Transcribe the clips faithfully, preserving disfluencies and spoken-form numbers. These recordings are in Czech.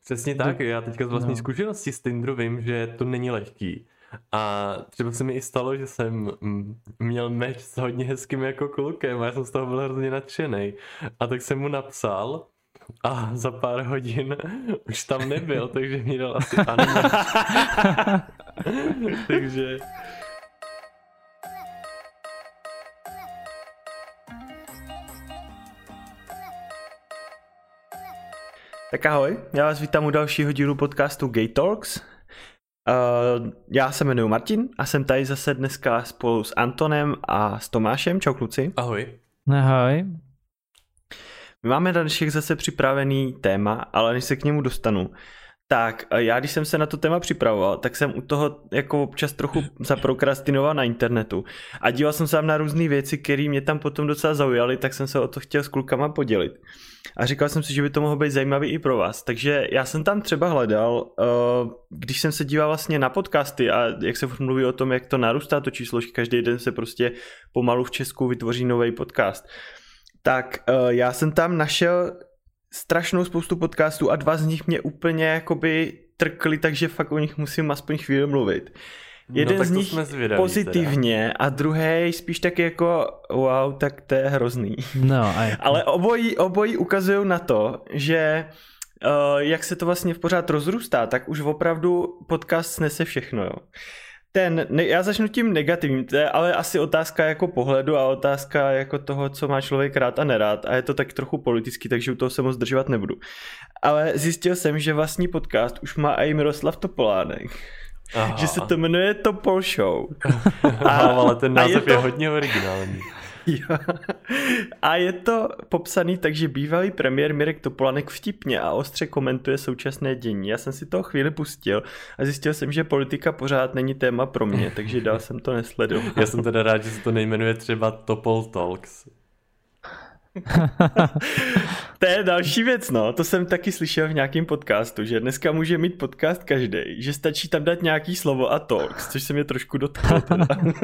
Přesně tak, já teďka z vlastní no. zkušenosti z Tinderu vím, že to není lehký. A třeba se mi i stalo, že jsem měl meč s hodně hezkým jako klukem a já jsem z toho byl hrozně nadšenej. A tak jsem mu napsal a za pár hodin už tam nebyl, takže mi dal asi anime. Takže... Tak ahoj, já vás vítám u dalšího dílu podcastu Gay Talks. Uh, já se jmenuji Martin a jsem tady zase dneska spolu s Antonem a s Tomášem. Čau kluci. Ahoj. Ahoj. My máme na dnešek zase připravený téma, ale než se k němu dostanu, tak já když jsem se na to téma připravoval, tak jsem u toho jako občas trochu zaprokrastinoval na internetu a díval jsem se tam na různé věci, které mě tam potom docela zaujaly, tak jsem se o to chtěl s klukama podělit. A říkal jsem si, že by to mohlo být zajímavý i pro vás. Takže já jsem tam třeba hledal, když jsem se díval vlastně na podcasty a jak se mluví o tom, jak to narůstá to číslo, že každý den se prostě pomalu v Česku vytvoří nový podcast, tak já jsem tam našel strašnou spoustu podcastů a dva z nich mě úplně jakoby trkli, takže fakt o nich musím aspoň chvíli mluvit. Jeden no, z nich zvědaví, pozitivně teda. A druhý spíš taky jako wow, tak to je hrozný. No, a ale obojí, obojí ukazují na to, že uh, jak se to vlastně v pořád rozrůstá, tak už opravdu podcast snese všechno. Jo. Ten, ne, já začnu tím negativním, to je ale asi otázka jako pohledu a otázka jako toho, co má člověk rád a nerád a je to tak trochu politický, takže u toho se moc zdržovat nebudu. Ale zjistil jsem, že vlastní podcast už má i Miroslav Topolánek. Aha. Že se to jmenuje Topol Show. A, ale ten název je, to... je hodně originální. Jo. A je to popsaný tak, že bývalý premiér Mirek Topolánek vtipně a ostře komentuje současné dění. Já jsem si toho chvíli pustil a zjistil jsem, že politika pořád není téma pro mě, takže dál jsem to nesledoval. Já jsem teda rád, že se to nejmenuje třeba Topol Talks. To je další věc, no. To jsem taky slyšel v nějakém podcastu, že dneska může mít podcast každý, že stačí tam dát nějaký slovo a talks, což se mě trošku dotklo teda.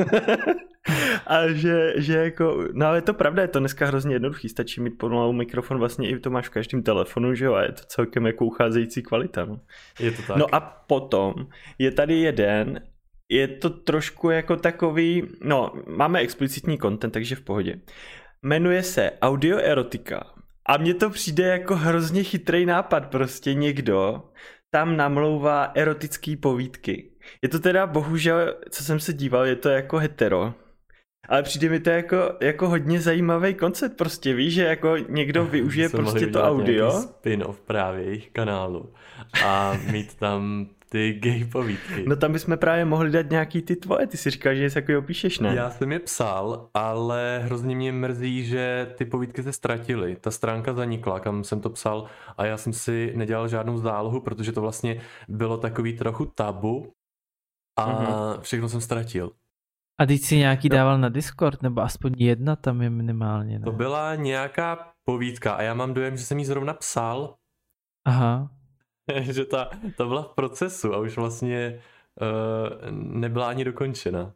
A že, že jako, no ale je to pravda, je to dneska hrozně jednoduchý, stačí mít pomalu mikrofon, vlastně i to máš v každém telefonu, že jo, a je to celkem jako ucházející kvalita, no. Je to tak. No a potom je tady jeden, je to trošku jako takový, no, máme explicitní content, takže v pohodě. Jmenuje se Audioerotika a mně to přijde jako hrozně chytrý nápad, prostě někdo tam namlouvá erotický povídky. Je to teda bohužel, co jsem se díval, je to jako hetero, ale přijde mi to jako, jako hodně zajímavý koncept, prostě víš, že jako někdo využije prostě to audio. Spin-off právě jejich kanálu a mít tam ty gay povídky. No tam bychom právě mohli dát nějaký ty tvoje, ty si říkal, že je takový opíšeš, ne? Já jsem je psal, ale hrozně mě mrzí, že ty povídky se ztratily. Ta stránka zanikla, kam jsem to psal a já jsem si nedělal žádnou zálohu, protože to vlastně bylo takový trochu tabu a mm-hmm. všechno jsem ztratil. A teď si nějaký no. dával na Discord, nebo aspoň jedna tam je minimálně, ne? To byla nějaká povídka a já mám dojem, že jsem jí zrovna psal. Aha. Že ta, ta byla v procesu a už vlastně uh, nebyla ani dokončena.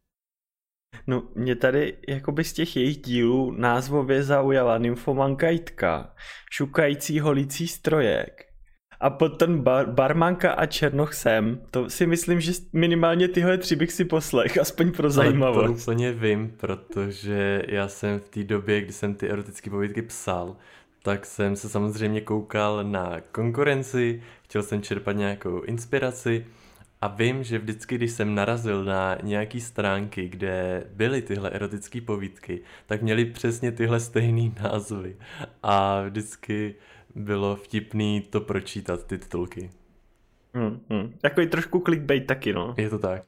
No mě tady jakoby z těch jejich dílů názvově zaujala nymfomanka Jitka, šukající holící strojek a potom bar, barmanka a černoch sem. To si myslím, že minimálně tyhle tři bych si poslech, aspoň pro zajímavost. Ale to úplně vím, protože já jsem v té době, kdy jsem ty erotické povídky psal, tak jsem se samozřejmě koukal na konkurenci, chtěl jsem čerpat nějakou inspiraci a vím, že vždycky, když jsem narazil na nějaký stránky, kde byly tyhle erotické povídky, tak měly přesně tyhle stejné názvy a vždycky bylo vtipný to pročítat, ty titulky. Hmm, hmm. Takový trošku clickbait taky, no. Je to tak.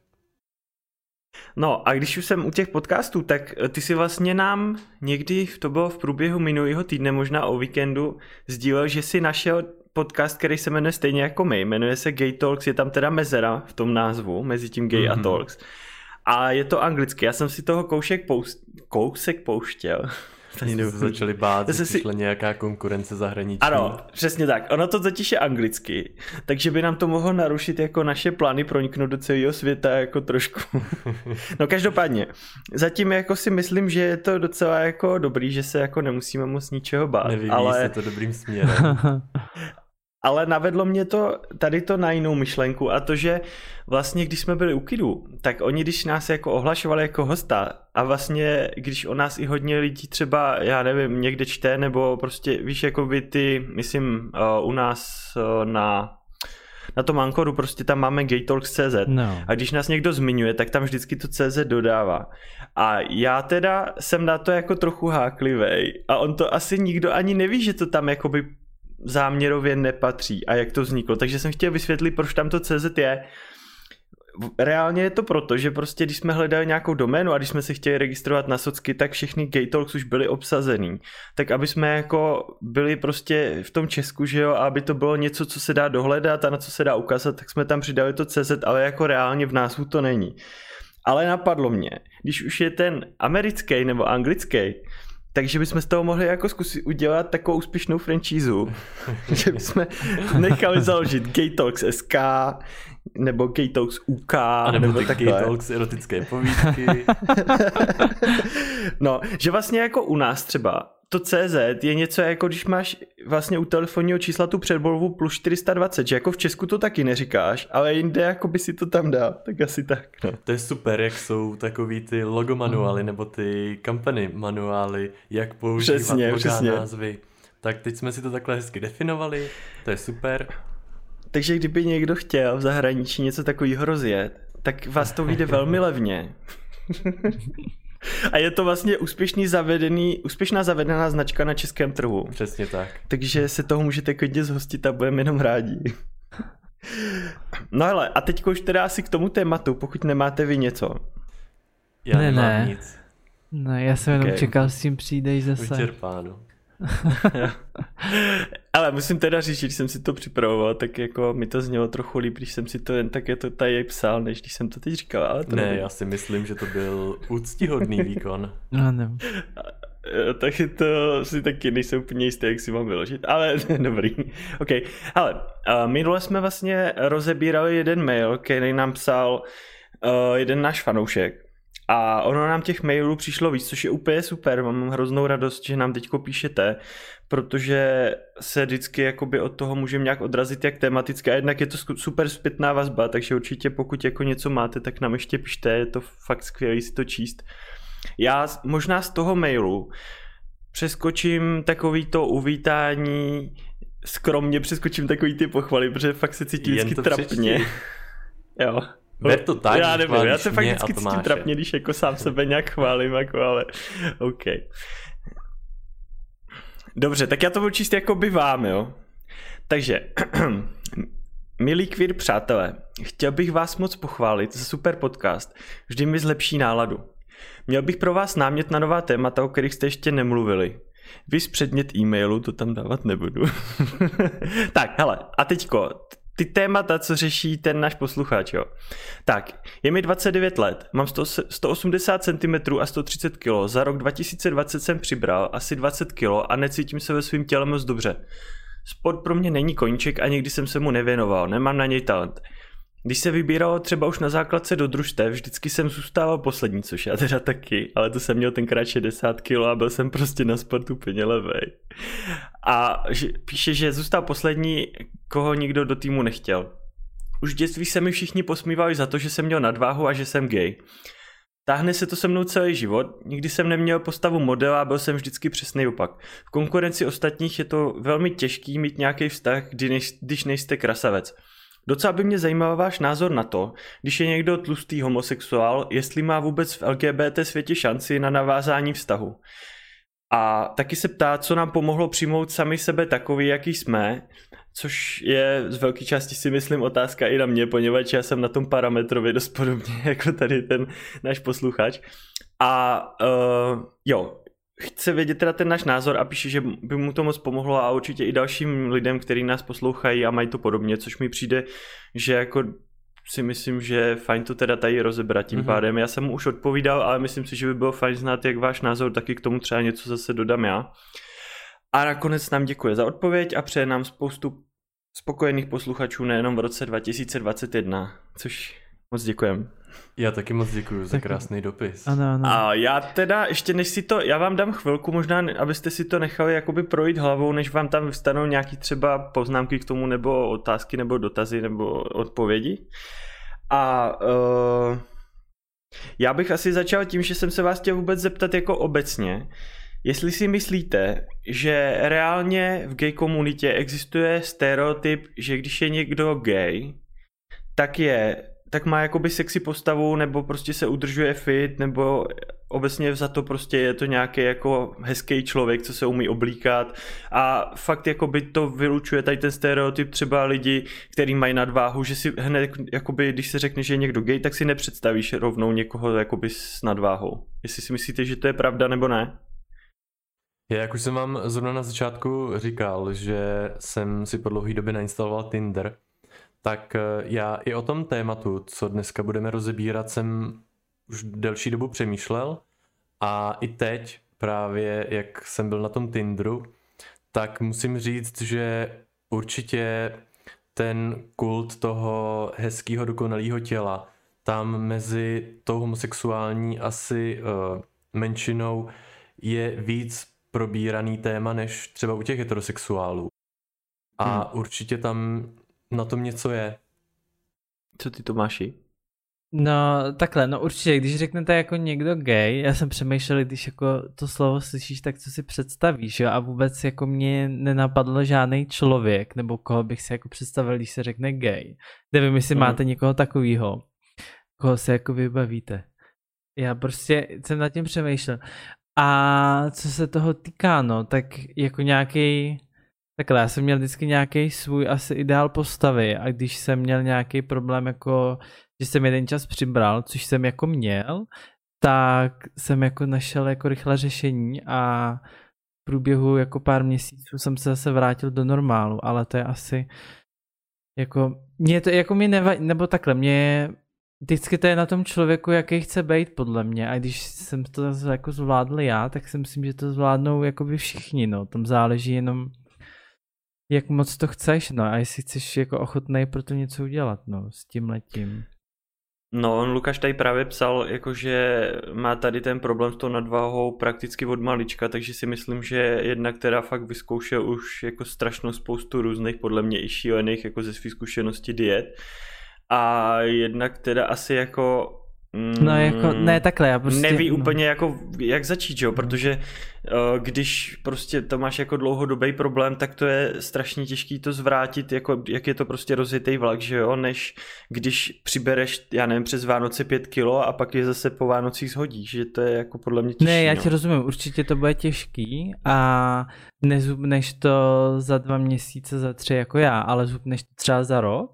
No a když už jsem u těch podcastů, tak ty si vlastně nám někdy, to bylo v průběhu minulého týdne, možná o víkendu, sdílel, že si našel podcast, který se jmenuje stejně jako my, jmenuje se Gay Talks, je tam teda mezera v tom názvu, mezi tím Gay mm-hmm. a Talks. A je to anglicky, já jsem si toho kousek, poušť, kousek pouštěl. Jste se začali bát, že si... přišla nějaká konkurence zahraniční. Ano, přesně tak. Ono to totiž je anglicky, takže by nám to mohlo narušit jako naše plány proniknout do celého světa jako trošku. No každopádně, zatím jako si myslím, že je to docela jako dobrý, že se jako nemusíme moc ničeho bát. Nevyvíjí ale... se to dobrým směrem. ale navedlo mě to tady to na jinou myšlenku a to, že vlastně když jsme byli u Kidů, tak oni když nás jako ohlašovali jako hosta a vlastně když o nás i hodně lidí třeba, já nevím, někde čte nebo prostě víš, jako by ty, myslím uh, u nás uh, na na tom Anchoru prostě tam máme gaytalks tečka cé zet no. A když nás někdo zmiňuje, tak tam vždycky to C Z dodává. A já teda jsem na to jako trochu háklivej a on to asi nikdo ani neví, že to tam jakoby záměrově nepatří a jak to vzniklo. Takže jsem chtěl vysvětlit, proč tam to C Z je. Reálně je to proto, že prostě když jsme hledali nějakou doménu a když jsme se chtěli registrovat na socky, tak všechny gaytalks už byly obsazený. Tak aby jsme jako byli prostě v tom Česku, že jo, a aby to bylo něco, co se dá dohledat a na co se dá ukázat, tak jsme tam přidali to C Z, ale jako reálně v názvu to není. Ale napadlo mě, když už je ten americký nebo anglický, takže bychom z toho mohli jako zkusit udělat takovou úspěšnou franchízu, že bychom nechali založit gaytalks tečka es ká nebo gaytalks tečka ú ká a nebo, nebo ty gaytalks erotické povídky. No, že vlastně jako u nás třeba to C Z je něco jako když máš vlastně u telefonního čísla tu předvolbu plus čtyři sta dvacet, že jako v Česku to taky neříkáš, ale jinde jako by si to tam dal, tak asi tak. No. To je super, jak jsou takový ty logo manuály nebo ty company manuály, jak používat přesně, loga přesně. názvy. Tak teď jsme si to takhle hezky definovali, to je super. Takže kdyby někdo chtěl v zahraničí něco takového rozjet, tak vás to vyjde velmi levně. A je to vlastně úspěšný zavedený, úspěšná zavedená značka na českém trhu. Přesně tak. Takže se toho můžete klidně zhostit a budeme jenom rádi. No hele, a teď už teda asi k tomu tématu, pokud nemáte vy něco. Já ne, nemám ne. nic. No, já jsem jenom Okay. čekal, s tím přijdeš zase. Vyčerpáno. Ale musím teda říct, že když jsem si to připravoval, tak jako mi to znělo trochu líp, když jsem si to jen tak je to tady psal, než když jsem to teď říkal. Ale to Ne, nevím. já si myslím, že to byl úctihodný výkon. No, no. Tak je to si taky nejsem úplně jistý, jak si mám vyložit, ale dobrý. OK, ale uh, minule jsme vlastně rozebírali jeden mail, který nám psal uh, jeden náš fanoušek. A ono nám těch mailů přišlo víc, což je úplně super, mám hroznou radost, že nám teďko píšete, protože se vždycky jakoby od toho můžeme nějak odrazit jak tematicky a jednak je to super zpětná vazba, takže určitě pokud jako něco máte, tak nám ještě pište, je to fakt skvělý si to číst. Já možná z toho mailu přeskočím takový to uvítání, skromně přeskočím takový ty pochvaly, protože fakt se cítím vždycky trapně. Jo. Ber to tak, já nevím, já se fakt mě vždycky a cítím Tomáše. trapně, když jako sám sebe nějak chválím, jako, ale OK. Dobře, tak já to budu číst jako by vám, jo. Takže, milí queer přátelé, chtěl bych vás moc pochválit za super podcast, vždy mi zlepší náladu. Měl bych pro vás námět na nová témata, o kterých jste ještě nemluvili. Vys předmět e-mailu, to tam dávat nebudu. Tak, hele, a teďko, ty témata, co řeší ten náš posluchač, jo. Tak, je mi dvacet devět let, mám sto osmdesát centimetrů a sto třicet kilogramů, za rok dva tisíce dvacet jsem přibral asi dvacet kilogramů a necítím se ve svým těle moc dobře. Sport pro mě není koníček a nikdy jsem se mu nevěnoval, nemám na něj talent. Když se vybíralo třeba už na základce do družstev, vždycky jsem zůstával poslední, což já teda taky, ale to jsem měl tenkrát šedesát kilogramů a byl jsem prostě na sport úplně levej. A že, píše, že zůstal poslední, koho nikdo do týmu nechtěl. Už v dětství se mi všichni posmívali za to, že jsem měl nadváhu a že jsem gay. Táhne se to se mnou celý život, nikdy jsem neměl postavu modela a byl jsem vždycky přesný opak. V konkurenci ostatních je to velmi těžký mít nějaký vztah, když nejste krasavec. Docela by mě zajímal váš názor na to, když je někdo tlustý homosexuál, jestli má vůbec v L G B T světě šanci na navázání vztahu. A taky se ptá, co nám pomohlo přijmout sami sebe takový, jaký jsme, což je z velké části si myslím otázka i na mě, poněvadž já jsem na tom parametrově dost podobně jako tady ten náš posluchač. A uh, jo, chce vědět teda ten náš názor a píše, že by mu to moc pomohlo a určitě i dalším lidem, kteří nás poslouchají a mají to podobně, což mi přijde, že jako si myslím, že je fajn to teda tady rozebrat tím mm-hmm. pádem. Já jsem mu už odpovídal, ale myslím si, že by bylo fajn znát, jak váš názor, taky k tomu třeba něco zase dodám já. A nakonec nám děkuje za odpověď a přeje nám spoustu spokojených posluchačů nejenom v roce dva tisíce dvacet jedna, což Moc děkujem. Já taky moc děkuju za krásný dopis. Ano, ano. A já teda ještě než si to, já vám dám chvilku možná, abyste si to nechali jakoby projít hlavou, než vám tam vystanou nějaký třeba poznámky k tomu, nebo otázky, nebo dotazy, nebo odpovědi. A uh, já bych asi začal tím, že jsem se vás chtěl vůbec zeptat jako obecně, jestli si myslíte, že reálně v gay komunitě existuje stereotyp, že když je někdo gay, tak je tak má jakoby sexy postavu, nebo prostě se udržuje fit, nebo obecně za to prostě je to nějaký jako hezký člověk, co se umí oblíkat a fakt jakoby to vylučuje tady ten stereotyp třeba lidi, kteří mají nadváhu, že si hned jakoby, když se řekne, že je někdo gay, tak si nepředstavíš rovnou někoho jakoby s nadváhou. Jestli si myslíte, že to je pravda nebo ne? Já, jak už jsem vám zrovna na začátku říkal, že jsem si po dlouhé době nainstaloval Tinder, tak já i o tom tématu, co dneska budeme rozebírat, jsem už delší dobu přemýšlel a i teď právě, jak jsem byl na tom Tinderu, tak musím říct, že určitě ten kult toho hezkého dokonalého těla tam mezi tou homosexuální asi uh, menšinou je víc probíraný téma než třeba u těch heterosexuálů. A hmm. určitě tam na tom něco je. Co ty, Tomáši? No takhle, no určitě, když řeknete jako někdo gay, já jsem přemýšlel, když jako to slovo slyšíš, tak co si představíš, jo? A vůbec jako mě nenapadlo žádný člověk, nebo koho bych si jako představil, když se řekne gay. Nevím, jestli mm. máte někoho takového, koho se jako vybavíte. Já prostě jsem nad tím přemýšlel. A co se toho týká, no, tak jako nějaký takhle, já jsem měl vždycky nějaký svůj asi ideál postavy a když jsem měl nějaký problém jako, že jsem jeden čas přibral, což jsem jako měl, tak jsem jako našel jako rychle řešení a v průběhu jako pár měsíců jsem se zase vrátil do normálu, ale to je asi jako, mě to jako mi nevadí, nebo takhle, mě vždycky to je na tom člověku, jaký chce být podle mě a když jsem to jako zvládl já, tak si myslím, že to zvládnou jakoby všichni, no, tam záleží jenom jak moc to chceš, no a jestli chceš jako ochotnej pro to něco udělat, no, s tímhletím. No, on Lukáš tady právě psal, jakože má tady ten problém s tou nadváhou prakticky od malička, takže si myslím, že jedna, která fakt vyzkoušel už jako strašnou spoustu různých, podle mě i šílených, jako ze svých zkušeností diet. A jedna, která asi jako No jako, ne takhle, já prostě... Neví no. úplně jako, jak začít, jo, protože uh, když prostě to máš jako dlouhodobý problém, tak to je strašně těžký to zvrátit, jako jak je to prostě rozjetý vlak, že jo, než když přibereš, já nevím, přes Vánoce pět kilo a pak je zase po Vánocích shodíš, že to je jako podle mě těžší. Ne, já no. ti rozumím, určitě to bude těžký a nezubneš to za dva měsíce, za tři jako já, ale zubneš to třeba za rok.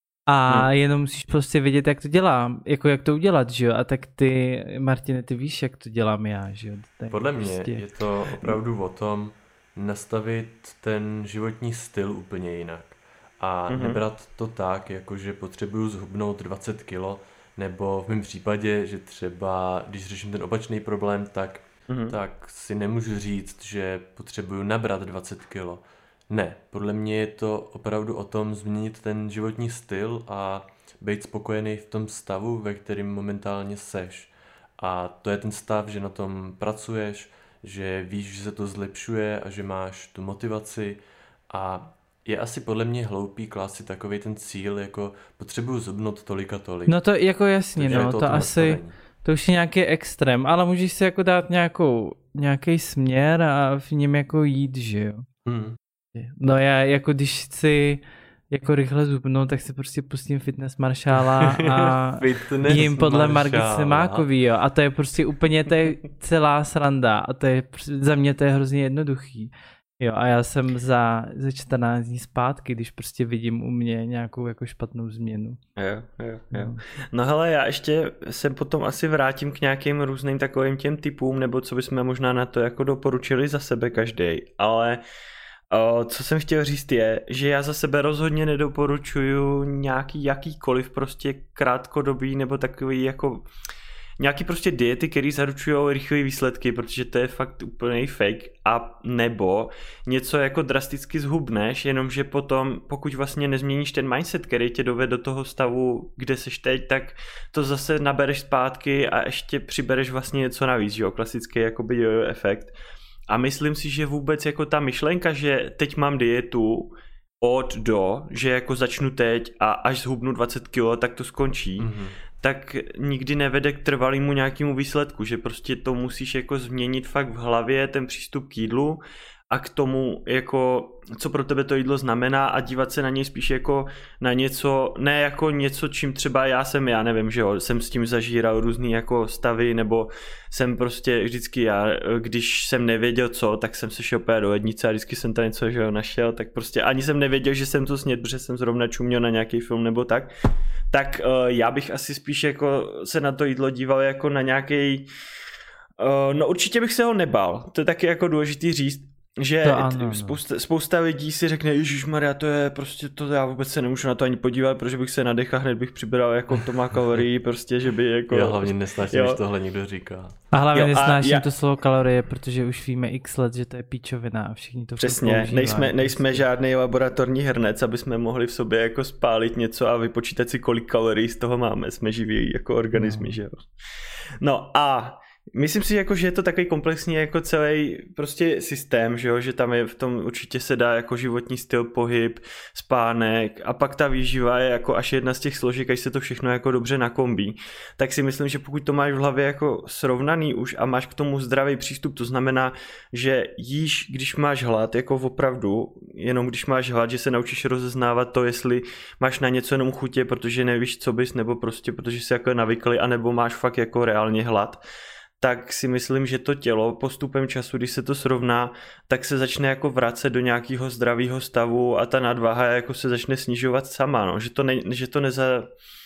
A hmm. jenom musíš prostě vědět, jak to dělám, jako jak to udělat, že jo? A tak ty, Martine, ty víš, jak to dělám já, že jo? Podle mě prostě... je to opravdu o tom nastavit ten životní styl úplně jinak. A hmm. nebrat to tak, jako že potřebuju zhubnout dvacet kilo, nebo v mém případě, že třeba, když řeším ten opačný problém, tak, hmm. tak si nemůžu říct, že potřebuju nabrat dvacet kilo. Ne, podle mě je to opravdu o tom změnit ten životní styl a být spokojený v tom stavu, ve kterém momentálně seš. A to je ten stav, že na tom pracuješ, že víš, že se to zlepšuje a že máš tu motivaci a je asi podle mě hloupý klást si takovej ten cíl, jako potřebuju zubnout tolik a tolik. No to jako jasně, takže no, to, to asi, nastavení. To už je nějaký extrém, ale můžeš si jako dát nějakou, nějaký směr a v něm jako jít, že jo. Hmm. No já jako když chci jako rychle zubnout, tak si prostě pustím Fitness Marshala a fitness jim podle Margit Marshala. Semákový, jo. A to je prostě úplně, to je celá sranda a to je, za mě to je hrozně jednoduchý. Jo, a já jsem za, za čtrnáct dní zpátky, když prostě vidím u mě nějakou jako špatnou změnu. Jo, jo, jo. No hele, já ještě se potom asi vrátím k nějakým různým takovým těm typům, nebo co bychom možná na to jako doporučili za sebe každý, ale O, co jsem chtěl říct je, že já za sebe rozhodně nedoporučuju nějaký jakýkoliv prostě krátkodobý nebo takový jako nějaký prostě diety, které zaručují rychlé výsledky, protože to je fakt úplný fake, a nebo něco jako drasticky zhubneš, jenomže potom, pokud vlastně nezměníš ten mindset, který tě dovede do toho stavu, kde seš teď, tak to zase nabereš zpátky a ještě přibereš vlastně něco navíc, jo, klasický jakoby jojo efekt. A myslím si, že vůbec jako ta myšlenka, že teď mám dietu od do, že jako začnu teď a až zhubnu dvacet kilo, tak to skončí, mm-hmm. tak nikdy nevede k trvalému nějakému výsledku, že prostě to musíš jako změnit fakt v hlavě, ten přístup k jídlu a k tomu, jako, co pro tebe to jídlo znamená, a dívat se na něj spíš jako na něco, ne jako něco, čím třeba já jsem, já nevím, že jo, jsem s tím zažíral různý jako stavy, nebo jsem prostě vždycky já, když jsem nevěděl co, tak jsem se šel do lednice a vždycky jsem tam něco, že jo, našel, tak prostě ani jsem nevěděl, že jsem to snědl, protože jsem zrovna čuměl na nějaký film nebo tak, tak uh, já bych asi spíš jako se na to jídlo díval jako na nějaký, uh, no určitě bych se ho nebál, to je taky jako důležitý říct, že to ano, no. spousta, spousta lidí si řekne, ježišmarja, to je prostě, to já vůbec se nemůžu na to ani podívat, protože bych se nadechl, hned bych přibral, jako to má kalorii, prostě, že by jako... Já hlavně nesnáším, když tohle někdo říká. A hlavně jo, nesnáším já... to slovo kalorie, protože už víme x let, že to je píčovina a všichni to přesně, nejsme, nejsme žádný laboratorní hrnec, aby jsme mohli v sobě jako spálit něco a vypočítat si, kolik kalorií z toho máme, jsme živí jako organismy, no. Že jo. No a myslím si, jako, že je to takový komplexní jako celý prostě systém, že, jo? Že tam je v tom určitě se dá jako životní styl, pohyb, spánek a pak ta výživa je jako až jedna z těch složek, až se to všechno jako dobře nakombí. Tak si myslím, že pokud to máš v hlavě jako srovnaný už a máš k tomu zdravý přístup, to znamená, že jíš, když máš hlad, jako opravdu, jenom když máš hlad, že se naučíš rozeznávat to, jestli máš na něco jenom chutě, protože nevíš, co bys, nebo prostě protože jsi jako navykli, anebo máš fakt jako reálně hlad, tak si myslím, že to tělo postupem času, když se to srovná, tak se začne jako vracet do nějakého zdravého stavu a ta nadváha jako se začne snižovat sama, no. Že to, ne, že to neza,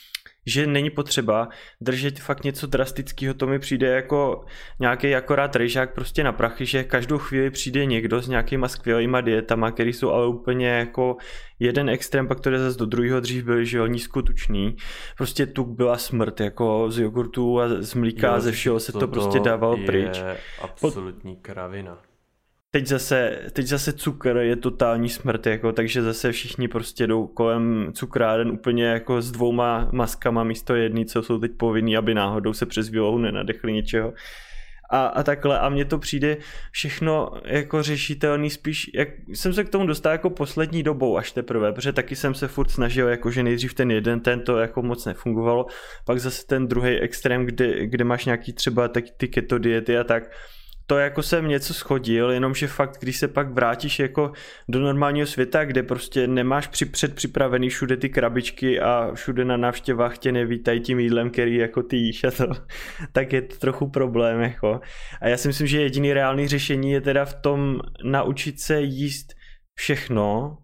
že není potřeba držet fakt něco drastického, to mi přijde jako nějaký akorát rejžák prostě na prachy, že každou chvíli přijde někdo s nějakýma skvělýma dietama, který jsou ale úplně jako jeden extrém, pak to jde zase do druhého, dřív byly, že jo, nízkotučný, prostě tuk byla smrt, jako z jogurtu a z mlíka a ze všeho se to, to prostě dávalo pryč. Je absolutní kravina. Teď zase, teď zase cukr je totální smrt, jako, takže zase všichni prostě jdou kolem cukráren úplně jako s dvouma maskama místo jedný, co jsou teď povinný, aby náhodou se přes výlohu nenadechli něčeho. A, a takhle, a mně to přijde všechno jako řešitelný spíš, jak jsem se k tomu dostal jako poslední dobou až teprve, protože taky jsem se furt snažil, jakože nejdřív ten jeden, ten to jako moc nefungovalo, pak zase ten druhý extrém, kde, kde máš nějaký třeba tak, ty keto diety a tak, to jako jsem něco schodil, jenomže fakt, když se pak vrátíš jako do normálního světa, kde prostě nemáš při, předpřipravený všude ty krabičky a všude na návštěvách tě nevítají tím jídlem, který jako ty jíš a to, tak je to trochu problém, jako. A já si myslím, že jediný reálný řešení je teda v tom naučit se jíst všechno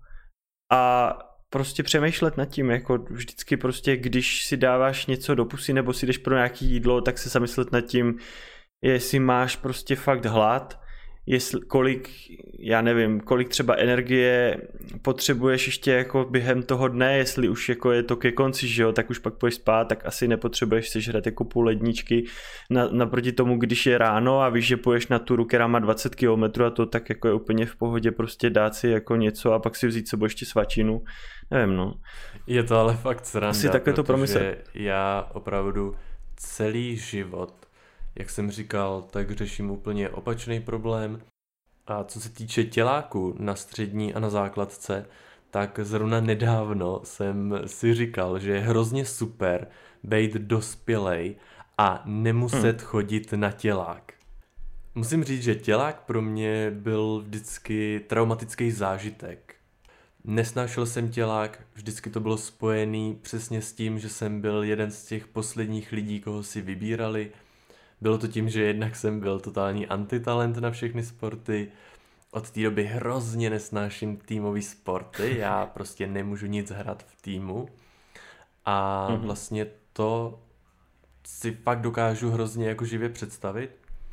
a prostě přemýšlet nad tím, jako vždycky prostě, když si dáváš něco do pusy nebo si jdeš pro nějaký jídlo, tak se zamyslet nad tím, jestli máš prostě fakt hlad, jestli, kolik, já nevím, kolik třeba energie potřebuješ ještě jako během toho dne, jestli už jako je to ke konci, že jo, tak už pak půjdeš spát, tak asi nepotřebuješ sežrat jako půl ledničky na, naproti tomu, když je ráno a víš, že půjdeš na turu, která má dvacet kilometrů a to tak jako je úplně v pohodě prostě dát si jako něco a pak si vzít sebou ještě svačinu, nevím, no. Je to ale fakt sranda, asi takhle to promyslet. Já opravdu celý život, jak jsem říkal, tak řeším úplně opačný problém. A co se týče těláku na střední a na základce, tak zrovna nedávno jsem si říkal, že je hrozně super být dospělej a nemuset hmm. chodit na tělák. Musím říct, že tělák pro mě byl vždycky traumatický zážitek. Nesnášel jsem tělák, vždycky to bylo spojený přesně s tím, že jsem byl jeden z těch posledních lidí, koho si vybírali. Bylo to tím, že jednak jsem byl totální antitalent na všechny sporty, od té doby hrozně nesnáším týmový sporty, já prostě nemůžu nic hrát v týmu a vlastně to si fakt dokážu hrozně jako živě představit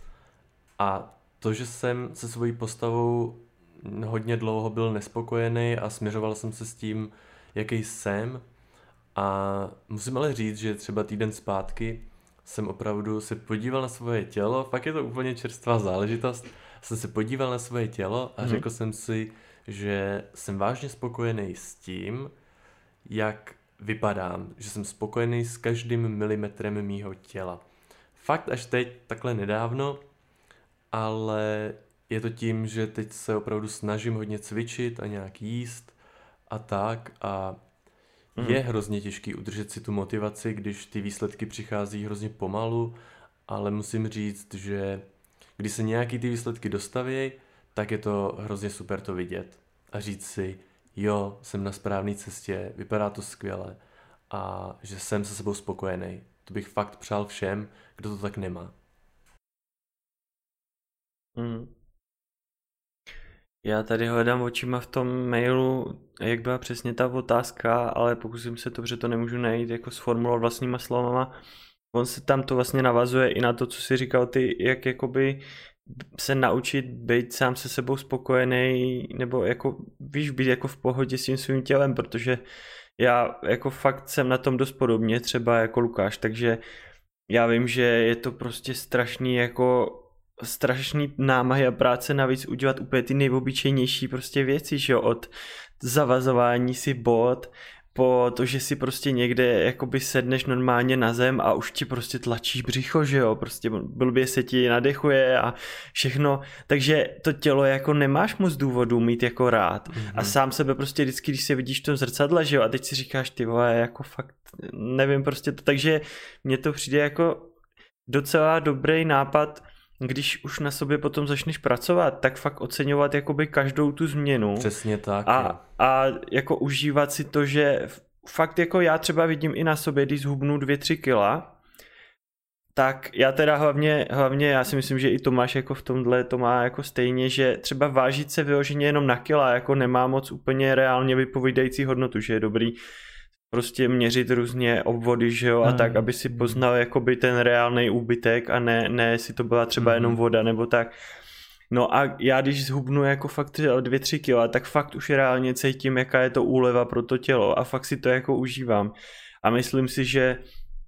a to, že jsem se svojí postavou hodně dlouho byl nespokojený a směřoval jsem se s tím, jaký jsem a musím ale říct, že třeba týden zpátky jsem opravdu se podíval na svoje tělo, fakt je to úplně čerstvá záležitost, jsem se podíval na svoje tělo a mm. řekl jsem si, že jsem vážně spokojený s tím, jak vypadám, že jsem spokojený s každým milimetrem mýho těla. Fakt až teď, takhle nedávno, ale je to tím, že teď se opravdu snažím hodně cvičit a nějak jíst a tak a mm. je hrozně těžký udržet si tu motivaci, když ty výsledky přichází hrozně pomalu, ale musím říct, že když se nějaký ty výsledky dostaví, tak je to hrozně super to vidět a říct si, jo, jsem na správné cestě, vypadá to skvěle a že jsem se sebou spokojený. To bych fakt přál všem, kdo to tak nemá. Mm. Já tady hledám očima v tom mailu, jak byla přesně ta otázka, ale pokusím se to, protože to nemůžu najít jako sformulovat vlastníma slovama. On se tam to vlastně navazuje i na to, co jsi říkal ty, jak jakoby se naučit být sám se sebou spokojený, nebo jako, víš, být jako v pohodě s tím svým tělem, protože já jako fakt jsem na tom dost podobně, třeba jako Lukáš, takže já vím, že je to prostě strašný jako strašný námahy a práce navíc udělat úplně ty nejobyčejnější prostě věci, že jo, od zavazování si bod po to, že si prostě někde jakoby sedneš normálně na zem a už ti prostě tlačí břicho, že jo, prostě blbě se ti nadechuje a všechno, takže to tělo jako nemáš moc důvodů mít jako rád mm-hmm. a sám sebe prostě vždycky, když se vidíš v tom zrcadle, že jo, a teď si říkáš, ty vole, jako fakt nevím prostě to, takže mně to přijde jako docela dobrý nápad, když už na sobě potom začneš pracovat, tak fakt oceňovat jakoby každou tu změnu. Přesně tak. A, a jako užívat si to, že fakt jako já třeba vidím i na sobě, když zhubnu dvě, tři kila, tak já teda hlavně, hlavně já si myslím, že i Tomáš jako v tomhle to má jako stejně, že třeba vážit se vyloženě jenom na kila, jako nemá moc úplně reálně vypovídající hodnotu, že je dobrý prostě měřit různě obvody, že jo, a mm. tak, aby si poznal jakoby ten reálný úbytek a ne, ne jestli to byla třeba mm. jenom voda nebo tak. No a já když zhubnu jako fakt dvě, tři kila, tak fakt už reálně cítím, jaká je to úleva pro to tělo a fakt si to jako užívám. A myslím si, že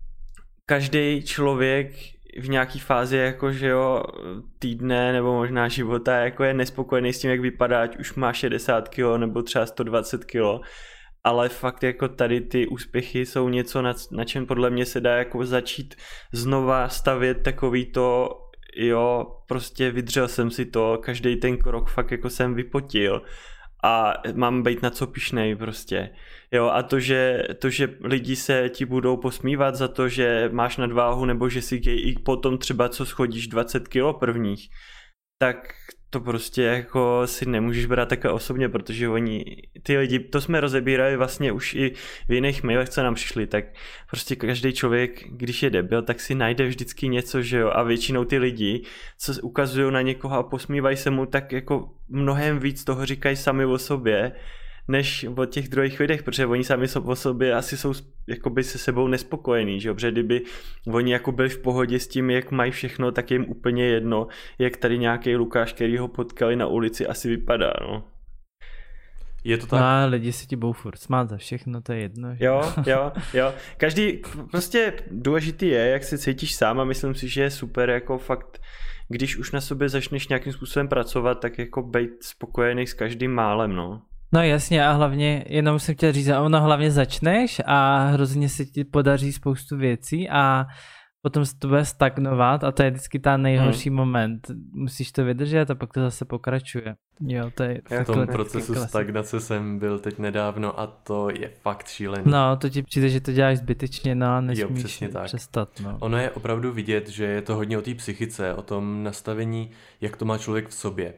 každý člověk v nějaký fázi jako, že jo, týdne nebo možná života jako je nespokojený s tím, jak vypadá, ať už má šedesát kilo nebo třeba sto dvacet kilo. Ale fakt jako tady ty úspěchy jsou něco, na, na čem podle mě se dá jako začít znova stavět takový to, jo, prostě vydřel jsem si to, každý ten krok fakt jako jsem vypotil a mám být na co pyšnej prostě, jo, a to že, to, že lidi se ti budou posmívat za to, že máš nadváhu nebo že si i potom třeba co schodíš dvacet kilo prvních, tak to prostě jako si nemůžeš brát takhle osobně, protože oni, ty lidi, to jsme rozebírali vlastně už i v jiných mailech, co nám přišli, tak prostě každý člověk, když je debil, tak si najde vždycky něco, že jo, a většinou ty lidi, co ukazují na někoho a posmívají se mu, tak jako mnohem víc toho říkají sami o sobě, než o těch druhých lidech, protože oni sami jsou o sobě asi jsou jakoby se sebou nespokojení, že jo, protože kdyby oni jako byli v pohodě s tím, jak mají všechno, tak jim úplně jedno, jak tady nějaký Lukáš, který ho potkali na ulici, asi vypadá, no. Je to tak? No a lidi si ti budou furt smát za všechno, to je jedno. Že? Jo, jo, jo. Každý, prostě důležitý je, jak se cítíš sám a myslím si, že je super jako fakt, když už na sobě začneš nějakým způsobem pracovat, tak jako být spokojený s každým málem, no. No jasně a hlavně, jenom jsem chtěl říct, ono hlavně začneš a hrozně se ti podaří spoustu věcí a potom se to bude stagnovat a to je vždycky ta nejhorší hmm. moment. Musíš to vydržet a pak to zase pokračuje. Jo, to je v tom procesu klasik. Stagnace jsem byl teď nedávno a to je fakt šílený. No, to ti přijde, že to děláš zbytečně, no a nesmíš jo, přesně tak. přestat. No. Ono je opravdu vidět, že je to hodně o té psychice, o tom nastavení, jak to má člověk v sobě.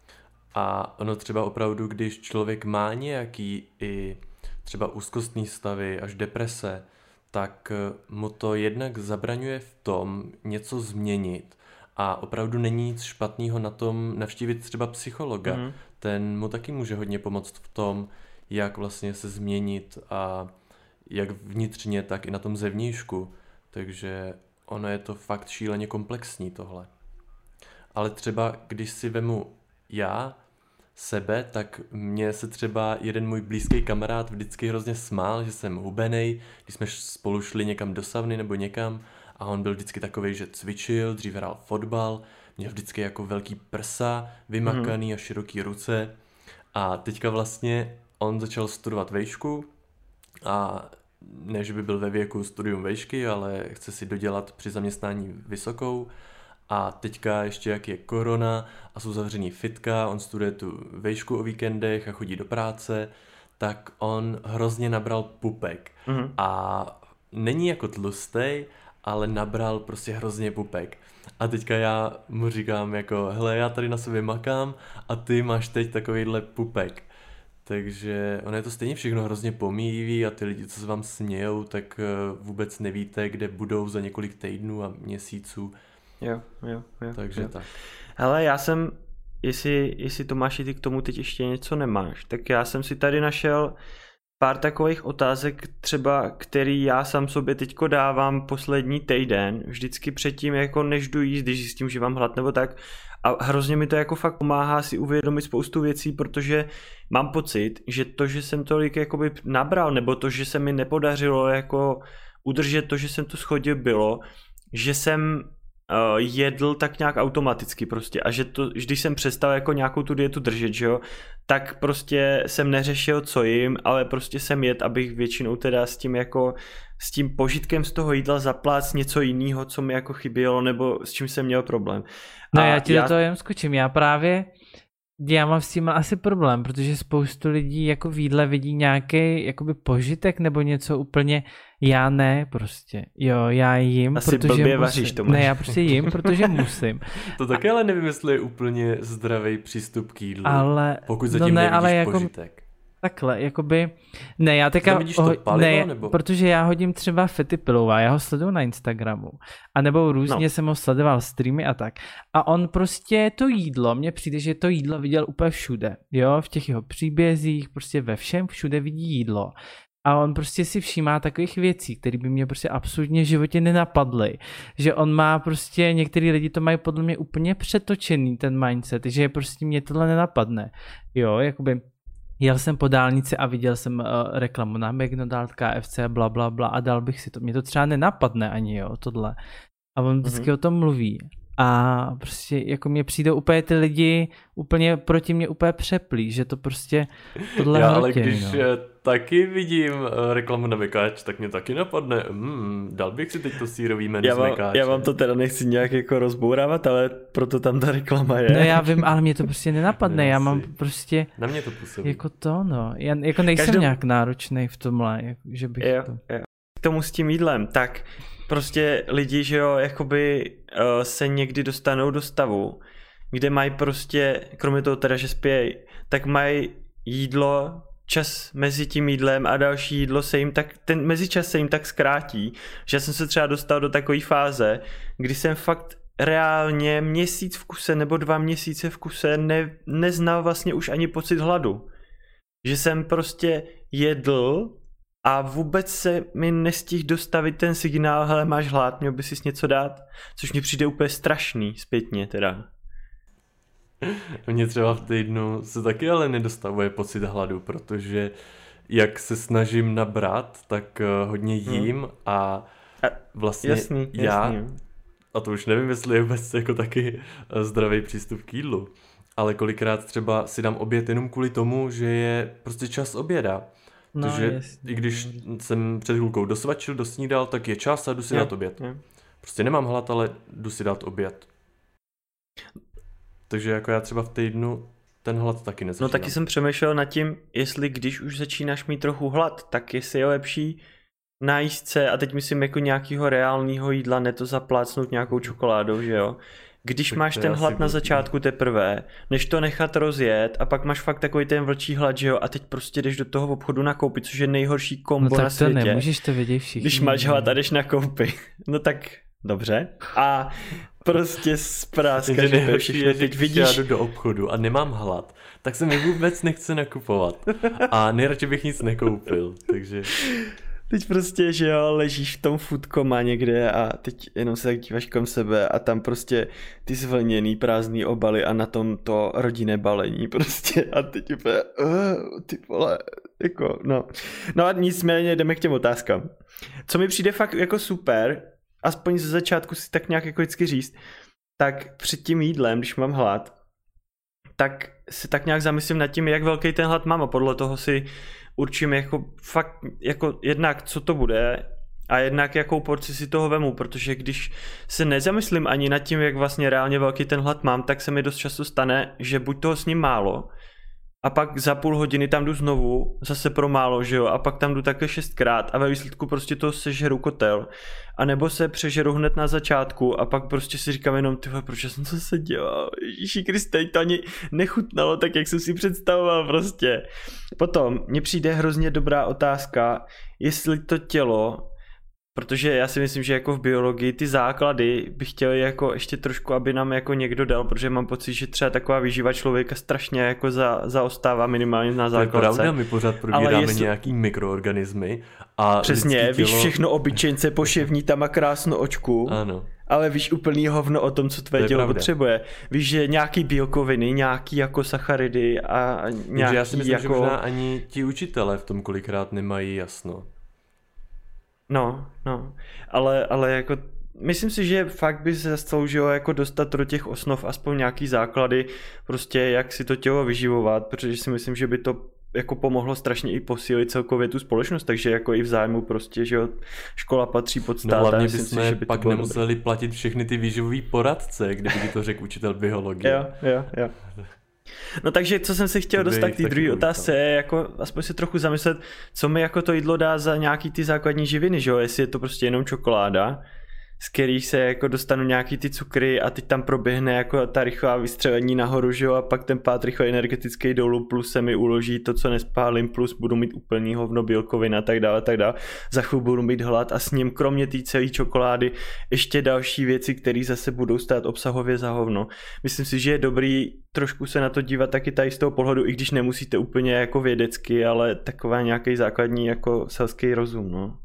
A ono třeba opravdu, když člověk má nějaký i třeba úzkostný stavy až deprese, tak mu to jednak zabraňuje v tom něco změnit a opravdu není nic špatného na tom navštívit třeba psychologa. Mm. Ten mu taky může hodně pomoct v tom, jak vlastně se změnit a jak vnitřně, tak i na tom zevnějšku. Takže ono je to fakt šíleně komplexní tohle. Ale třeba, když si vemu já sebe, tak mě se třeba jeden můj blízký kamarád vždycky hrozně smál, že jsem hubenej, když jsme spolu šli někam do savny nebo někam a on byl vždycky takovej, že cvičil, dřív hrál fotbal, měl vždycky jako velký prsa, vymakaný mm. a široký ruce a teďka vlastně on začal studovat vejšku a ne, že by byl ve věku studium vejšky, ale chce si dodělat při zaměstnání vysokou a teďka ještě jak je korona a jsou zavřený fitka, on studuje tu vejšku o víkendech a chodí do práce, tak on hrozně nabral pupek mm. a není jako tlustej, ale nabral prostě hrozně pupek. A teďka já mu říkám jako, hele, já tady na sobě makám a ty máš teď takovejhle pupek. Takže ono je to stejně všechno hrozně pomíjivý a ty lidi, co se vám smějou, tak vůbec nevíte, kde budou za několik týdnů a měsíců. Jo, jo, jo. Takže jo. tak. Hele, já jsem, jestli, jestli Tomáši, ty k tomu teď ještě něco nemáš, tak já jsem si tady našel pár takových otázek třeba, který já sám sobě teďko dávám poslední týden, vždycky předtím, jako než jdu jíst, když zjistím, že mám hlad nebo tak. A hrozně mi to jako fakt pomáhá si uvědomit spoustu věcí, protože mám pocit, že to, že jsem tolik jakoby nabral, nebo to, že se mi nepodařilo jako udržet to, že jsem tu schodil, bylo, že jsem uh, jedl tak nějak automaticky prostě a že to, když jsem přestal jako nějakou tu dietu držet, že jo, tak prostě jsem neřešil, co jim, ale prostě jsem jet, abych většinou teda s tím jako s tím požitkem z toho jídla zapláct něco jiného, co mi jako chybělo, nebo s čím jsem měl problém. No a já ti já... do toho jen skočím, já právě já mám s tím asi problém, protože spoustu lidí jako v jídle vidí nějaký jakoby požitek nebo něco úplně, já ne prostě, jo, já jim, asi protože musím. Vaříš, to ne, já prostě jim, protože musím. To taky ale nevím, jestli je úplně zdravý přístup k jídlu, ale, pokud zatím no ne, nevidíš ale jako, požitek. Takhle, jakoby, ne, já teďka, to palivo, ne, nebo? protože já hodím třeba Fety Pilouva, já ho sleduju na Instagramu, a nebo různě no. jsem ho sledoval streamy a tak, a on prostě to jídlo, mně přijde, že to jídlo viděl úplně všude, jo, v těch jeho příbězích, prostě ve všem všude vidí jídlo. A on prostě si všímá takových věcí, které by mě prostě absolutně v životě nenapadly. Že on má prostě, některý lidi to mají podle mě úplně přetočený, ten mindset, že prostě mě tohle nenapadne. Jo, jakoby jel jsem po dálnici a viděl jsem uh, reklamu na McDonald's, K F C, bla, bla, bla a dal bych si to. Mě to třeba nenapadne ani, jo, tohle. A on vždycky mm-hmm. o tom mluví. A prostě jako mě přijde úplně ty lidi úplně proti mě úplně přeplí, že to prostě tohle Já hrotě, ale když no. taky vidím reklamu na mekáč, tak mě taky napadne, mm, dal bych si teď to sírový menu já z vám, mekáče. Já vám to teda nechci nějak jako rozbourávat, ale proto tam ta reklama je. No já vím, ale mě to prostě nenapadne, já, já mám prostě na mě to působí. Jako to no, já jako nejsem Každou... nějak náročnej v tomhle, jako, že bych jo, to... Jo. K tomu s tím jídlem, tak prostě lidi, že jo, jakoby uh, se někdy dostanou do stavu, kde mají prostě, kromě toho teda, že spějí, tak mají jídlo, čas mezi tím jídlem a další jídlo se jim tak, ten mezičas se jim tak zkrátí, že já jsem se třeba dostal do takové fáze, kdy jsem fakt reálně měsíc v kuse nebo dva měsíce v kuse ne, neznal vlastně už ani pocit hladu. Že jsem prostě jedl a vůbec se mi nestihl dostavit ten signál, hele, máš hlad, měl by si něco dát, což mi přijde úplně strašný zpětně teda. Mně třeba v týdnu se taky ale nedostavuje pocit hladu, protože jak se snažím nabrat, tak hodně jím hmm. a vlastně jasný, já, jasný. a to už nevím, jestli je vůbec jako taky zdravý přístup k jídlu, ale kolikrát třeba si dám oběd jenom kvůli tomu, že je prostě čas oběda. No, takže jasný. I když jsem před chvilkou dosvačil, dosnídal, tak je čas a jdu si je, dát oběd. Je. Prostě nemám hlad, ale jdu si dát oběd. Takže jako já třeba v týdnu ten hlad taky nezačínám. No taky jsem přemýšlel nad tím, jestli když už začínáš mít trochu hlad, tak jestli je lepší najíst se, a teď myslím jako nějakého reálného jídla, ne to zaplácnout nějakou čokoládou, že jo. Když tak máš ten hlad na začátku teprve, než to nechat rozjet a pak máš fakt takový ten vlčí hlad, že jo, a teď prostě jdeš do toho obchodu nakoupit, což je nejhorší kombo no, na světě. No tak to nemůžeš to vědět všichni. Když máš hlad a jdeš nakoupit, no tak dobře. A prostě spráskáš, že všechno teď vidíš. Já jdu do obchodu a nemám hlad, tak se mi vůbec nechce nakupovat. A nejradši bych nic nekoupil, takže... Teď prostě, že jo, ležíš v tom foodkoma někde a teď jenom se tak díváš kolem sebe a tam prostě ty zvlněný prázdný obaly a na tom to rodinné balení prostě a teď úplně, uh, ty vole, jako, no. No a nicméně jdeme k těm otázkám. Co mi přijde fakt jako super aspoň ze začátku si tak nějak jako vždycky říct, tak před tím jídlem, když mám hlad, tak si tak nějak zamyslím nad tím, jak velký ten hlad mám a podle toho si určím jako fakt, jako jednak co to bude a jednak jakou porci si toho vemu, protože když se nezamyslím ani nad tím, jak vlastně reálně velký ten hlad mám, tak se mi dost často stane, že buď toho sním málo a pak za půl hodiny tam jdu znovu, zase pro málo, že jo, a pak tam jdu také šestkrát a ve výsledku prostě toho sežeru kotel. A nebo se přežeru hned na začátku a pak prostě si říkám jenom, tyhle, proč jsem to se dělal, Ježíši Kriste, to ani nechutnalo tak, jak jsem si představoval prostě. Potom mně přijde hrozně dobrá otázka, jestli to tělo, protože já si myslím, že jako v biologii ty základy bych chtěl jako ještě trošku, aby nám jako někdo dal, protože mám pocit, že třeba taková výživa člověka strašně jako za, zaostává minimálně na základce. To je pravda, my pořád probíráme jestli... nějaký mikroorganismy a přesně, tělo... víš všechno o byčence, poševní, tam má krásnou očku. Ano. Ale víš úplný hovno o tom, co tvé to tělo pravda. Potřebuje. Víš, že nějaký bílkoviny, nějaký jako sacharidy a nějaký já si myslím, jako... že možná ani ti učitelé v tom kolikrát nemají jasno. No, no, ale, ale jako myslím si, že fakt by se zasloužilo jako dostat do těch osnov aspoň nějaký základy, prostě jak si to tělo vyživovat, protože si myslím, že by to jako pomohlo strašně i posílit celkově tu společnost, takže jako i v zájmu prostě, že jo, škola patří pod stát. No hlavně bychom si, že by pak nemuseli dobrý. platit všechny ty výživový poradce, kdyby ti to řekl učitel biologie. Jo, jo, jo. No takže co jsem se chtěl to dostat k té druhé otázce je jako aspoň se trochu zamyslet, co mi jako to jídlo dá za nějaký ty základní živiny, že jo, jestli je to prostě jenom čokoláda, z kterých se jako dostanu nějaký ty cukry a teď tam proběhne jako ta rychlá vystřelení nahoru, že jo, a pak ten pád rychle energetický dolů, plus se mi uloží to, co nespálím, plus budu mít úplný hovno bílkovin a tak dále, tak dále. Za chvíli budu mít hlad a s ním kromě té celé čokolády ještě další věci, které zase budou stát obsahově za hovno. Myslím si, že je dobrý trošku se na to dívat taky tady z toho pohledu, i když nemusíte úplně jako vědecky, ale taková nějaký základní jako selský rozum, no.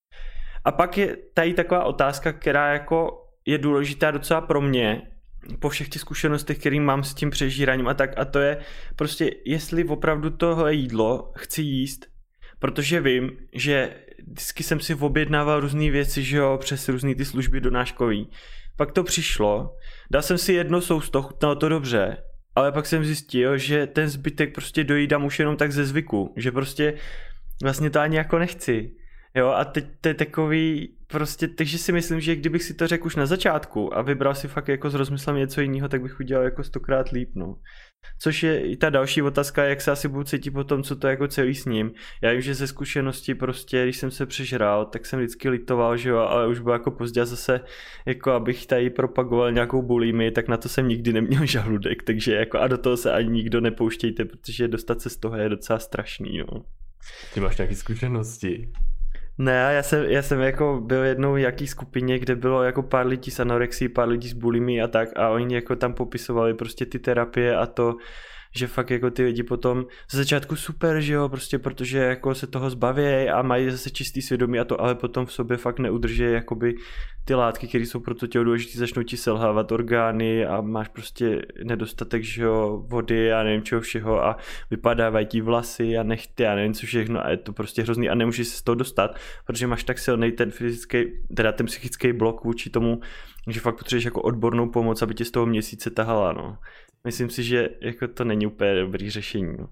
A pak je tady taková otázka, která jako je důležitá docela pro mě, po všech těch zkušenostech, který mám s tím přežíráním a tak, a to je prostě, jestli opravdu tohle jídlo chci jíst, protože vím, že vždycky jsem si objednával různé věci, že jo, přes různé ty služby donáškový. Pak to přišlo, dal jsem si jedno sousto, chutnalo to dobře, ale pak jsem zjistil, že ten zbytek prostě dojídám už jenom tak ze zvyku, že prostě vlastně to ani jako nechci. Jo, a teď to je takový prostě, takže si myslím, že kdybych si to řekl už na začátku a vybral si fakt jako s rozmyslem něco jiného, tak bych udělal jako stokrát líp, no. Což je i ta další otázka, jak se asi budu cítit po tom, co to jako celý s ním. Já vím, že ze zkušenosti prostě, když jsem se přežral, tak jsem vždycky litoval, že jo, ale už bylo jako pozdě zase, jako abych tady propagoval nějakou bulimi, tak na to jsem nikdy neměl žaludek, takže jako a do toho se ani nikdo nepouštějte, protože dostat se z toho je docela strašný, no. Ty máš nějaké zkušenosti? Ne, já jsem, já jsem jako byl jednou v jaký skupině, kde bylo jako pár lidí s anorexí, pár lidí s bulimií a tak a oni jako tam popisovali prostě ty terapie a to, že fakt jako ty lidi potom z začátku super, že jo, prostě protože jako se toho zbaví a mají zase čistý svědomí a to, ale potom v sobě fakt neudrží jakoby ty látky, které jsou pro to tělo důležité, začnou ti selhávat orgány a máš prostě nedostatek, že jo, vody a nevím čeho všeho a vypadávají ti vlasy a nechty a nevím co všechno a je to prostě hrozný a nemůžeš se z toho dostat, protože máš tak silný ten fyzický, teda ten psychický blok vůči tomu, že fakt potřebuješ jako odbornou pomoc, aby tě z toho měsíce tahala, no. Myslím si, že jako to není úplně dobrý řešení. No.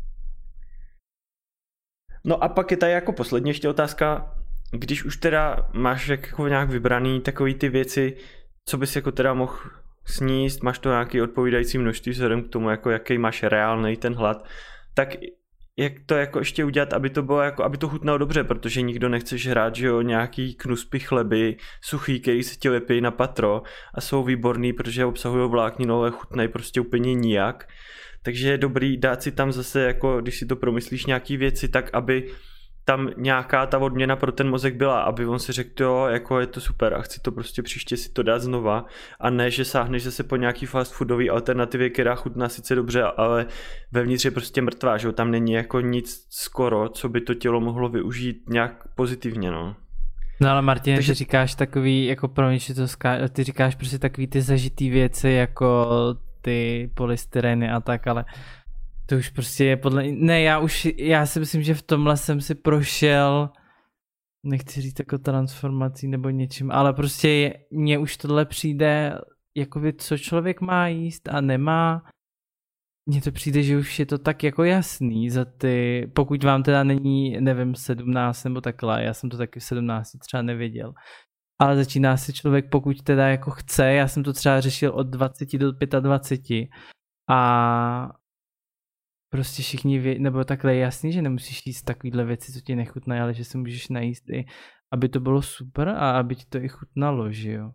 no a pak je tady jako poslední ještě otázka, když už teda máš jako nějak vybraný takový ty věci, co bys jako teda mohl sníst, máš to nějaký odpovídající množství vzhledem k tomu, jako jaký máš reálnej ten hlad, tak jak to jako ještě udělat, aby to bylo jako, aby to chutnalo dobře, protože nikdo nechce žrát, že jo, nějaký knuspy chleby, suchý, který se ti lepí na patro a jsou výborný, protože obsahují vlákninu, ale chutnají prostě úplně nijak. Takže je dobrý dát si tam zase, jako když si to promyslíš nějaký věci, tak aby tam nějaká ta odměna pro ten mozek byla, aby on si řekl, jo, jako je to super a chci to prostě příště si to dát znova a ne, že sáhneš zase po nějaký fast foodový alternativě, která chutná sice dobře, ale vevnitř je prostě mrtvá, že jo, tam není jako nic skoro, co by to tělo mohlo využít nějak pozitivně, no. No ale Martin, Takže... ty říkáš takový, jako promiň, že to ská... ty říkáš prostě takový ty zažitý věci, jako ty polystyreny a tak, ale to už prostě je podle... Ne, já už, já si myslím, že v tomhle jsem si prošel nechci říct jako transformací nebo něčím, ale prostě je, mně už tohle přijde, jakoby co člověk má jíst a nemá. Mně to přijde, že už je to tak jako jasný za ty, pokud vám teda není, nevím, sedmnáct nebo takhle, já jsem to taky v sedmnácti třeba nevěděl. Ale začíná si člověk, pokud teda jako chce, já jsem to třeba řešil od dvaceti do dvaceti pěti a prostě všichni ví, nebo takhle je jasný, že nemusíš jíst takovýhle věci, co ti nechutnají, ale že se můžeš najíst i, aby to bylo super a aby ti to i chutnalo, že jo.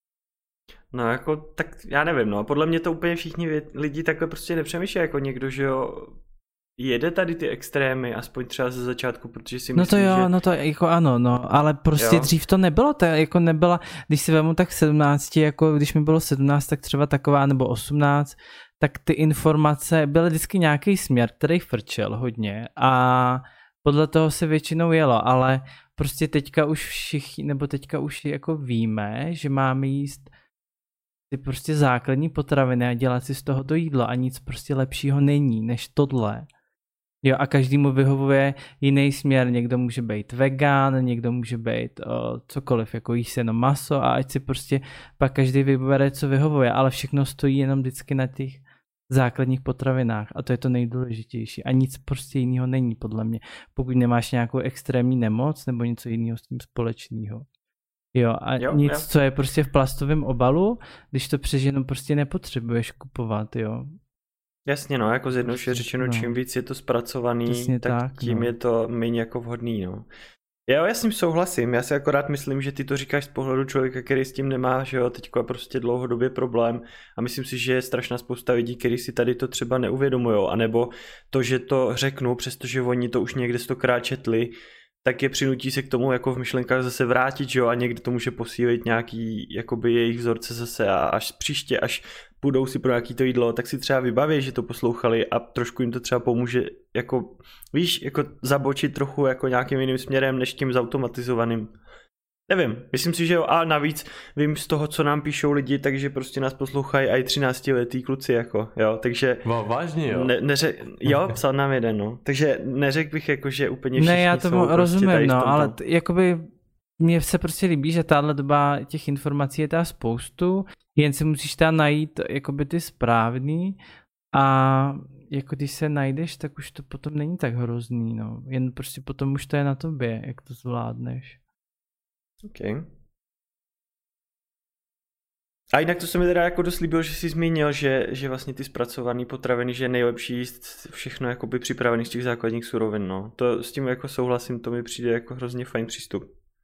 No jako, tak já nevím, no, podle mě to úplně všichni vě- lidi takhle prostě nepřemýšlí jako někdo, že jo, jede tady ty extrémy, aspoň třeba ze začátku, protože si myslím, myslím, no to jo, že... no to jako ano, no, ale prostě jo. Dřív to nebylo, to jako nebyla, když si vemu tak v sedmnácti, jako když mi bylo sedmnáct, tak třeba taková, nebo osmnáct, tak ty informace byly vždycky nějaký směr, který frčel hodně a podle toho se většinou jelo, ale prostě teďka už všichni, nebo teďka už jako víme, že máme jíst ty prostě základní potraviny a dělat si z toho to jídlo a nic prostě lepšího není než tohle. Jo, a každému vyhovuje jiný směr, někdo může být vegan, někdo může být o, cokoliv, jako jíst jenom maso a ať si prostě pak každý vybere, co vyhovuje, ale všechno stojí jenom vždycky na těch základních potravinách a to je to nejdůležitější a nic prostě jiného není podle mě, pokud nemáš nějakou extrémní nemoc nebo něco jiného s tím společného. Jo a jo, nic, jo. Co je prostě v plastovém obalu, když to přeženu prostě nepotřebuješ kupovat, jo. Jasně no, jako zjednodušeně řečeno, no. Čím víc je to zpracovaný, Jasně tak, tak tím no. Je to méně jako vhodný, no. Jo, já s tím souhlasím, já si akorát myslím, že ty to říkáš z pohledu člověka, který s tím nemá, že jo, teďko prostě dlouhodobě problém a myslím si, že je strašná spousta lidí, kteří si tady to třeba neuvědomujou, anebo to, že to řeknu, přestože oni to už někde stokrát četli, tak je přinutí se k tomu jako v myšlenkách zase vrátit, že jo, a někdy to může posílit nějaký jakoby jejich vzorce zase a až příště, až půjdou si pro nějaký to jídlo, tak si třeba vybaví, že to poslouchali a trošku jim to třeba pomůže jako, víš, jako zabočit trochu jako nějakým jiným směrem než tím zautomatizovaným. Nevím, myslím si, že jo, a navíc vím z toho, co nám píšou lidi, takže prostě nás poslouchají i třináctiletí kluci, jako, jo, takže... Wow, vážně, jo? Ne, neře, jo, psal nám jeden, no, takže neřekl bych, jako, že úplně všichni Ne, já tomu jsou rozumím, prostě no, ale t- jakoby mně se prostě líbí, že tahle doba těch informací je teda spoustu, jen si musíš teda najít, jakoby ty správný a jako když se najdeš, tak už to potom není tak hrozný, no, jen prostě potom už to je na tobě, jak to zvládneš. OK. A jinak to se mi teda jako dost líbilo, že jsi zmínil, že, že vlastně ty zpracované potraviny, že je nejlepší jíst všechno jakoby připravený z těch základních surovin, no. To s tím jako souhlasím, to mi přijde jako hrozně fajn přístup.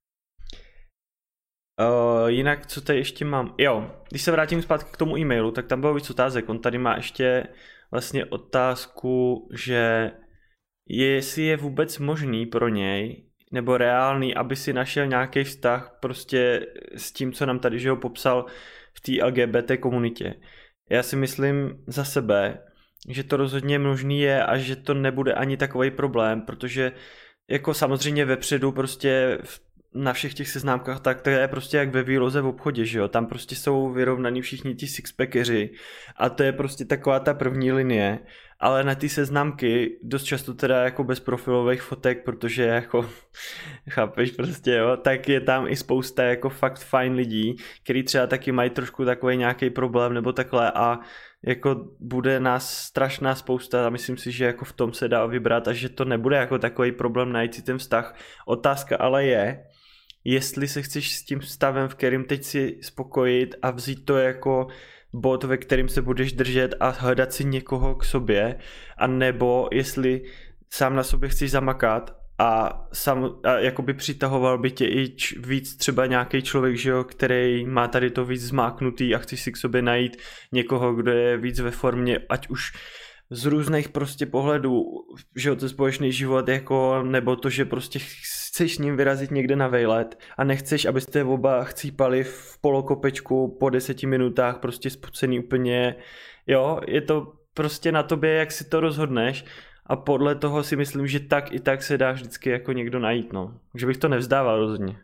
Uh, jinak, co tady ještě mám? Jo, když se vrátím zpátky k tomu e-mailu, tak tam bylo víc otázek. On tady má ještě vlastně otázku, že jestli je vůbec možný pro něj nebo reálný, aby si našel nějaký vztah prostě s tím, co nám tady, že ho popsal v té L G B T komunitě. Já si myslím za sebe, že to rozhodně možný je a že to nebude ani takový problém, protože jako samozřejmě vepředu prostě na všech těch seznámkách, tak to je prostě jak ve výloze v obchodě, že jo, tam prostě jsou vyrovnaní všichni ti sixpackeři a to je prostě taková ta první linie, ale na ty seznamky dost často teda jako bez profilových fotek, protože jako chápeš prostě, jo, tak je tam i spousta jako fakt fajn lidí, který třeba taky mají trošku takový nějaký problém nebo takhle a jako bude nás strašná spousta a myslím si, že jako v tom se dá vybrat a že to nebude jako takový problém najít si ten vztah. Otázka ale je, jestli se chceš s tím stavem, v kterým teď si spokojit a vzít to jako bod, ve kterým se budeš držet a hledat si někoho k sobě, a nebo jestli sám na sobě chceš zamakat a, sam, a jakoby přitahoval by tě i č, víc třeba nějaký člověk, že jo, který má tady to víc zmáknutý a chceš si k sobě najít někoho, kdo je víc ve formě, ať už z různých prostě pohledů, že jo, to společný život, jako, nebo to, že prostě chceš s ním vyrazit někde na vejlet a nechceš, abyste oba chcípali v polokopečku po deseti minutách, prostě spucený úplně, jo, je to prostě na tobě, jak si to rozhodneš a podle toho si myslím, že tak i tak se dá vždycky jako někdo najít, no. Že bych to nevzdával rozhodně.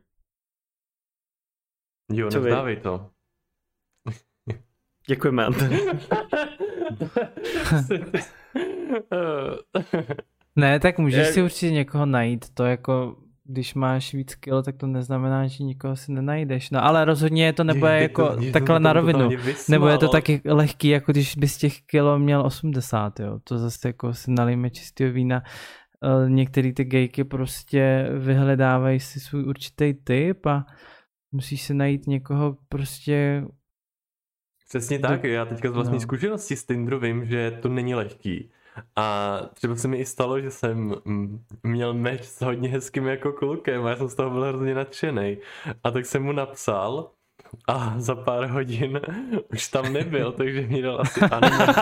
Jo, Co nevzdávej vy? to. Děkujeme, Anton. Ne, tak můžeš si určitě někoho najít, to jako když máš víc kilo, tak to neznamená, že nikoho si nenajdeš. No ale rozhodně to nebude Ježiš, jako to, takhle na rovinu. Nebo je to ale... taky lehký, jako když bys těch kilo měl osmdesát, jo. To zase jako si nalijeme čistého vína. Některé ty gejky prostě vyhledávají si svůj určitý typ a musíš si najít někoho prostě... Přesně tak, já teďka z vlastní no. zkušenosti z Tinderu vím, že to není lehký. A třeba se mi i stalo, že jsem měl meč s hodně hezkým jako klukem a já jsem z toho byl hrozně nadšenej. A tak jsem mu napsal a za pár hodin už tam nebyl, takže mi dal asi unmatch.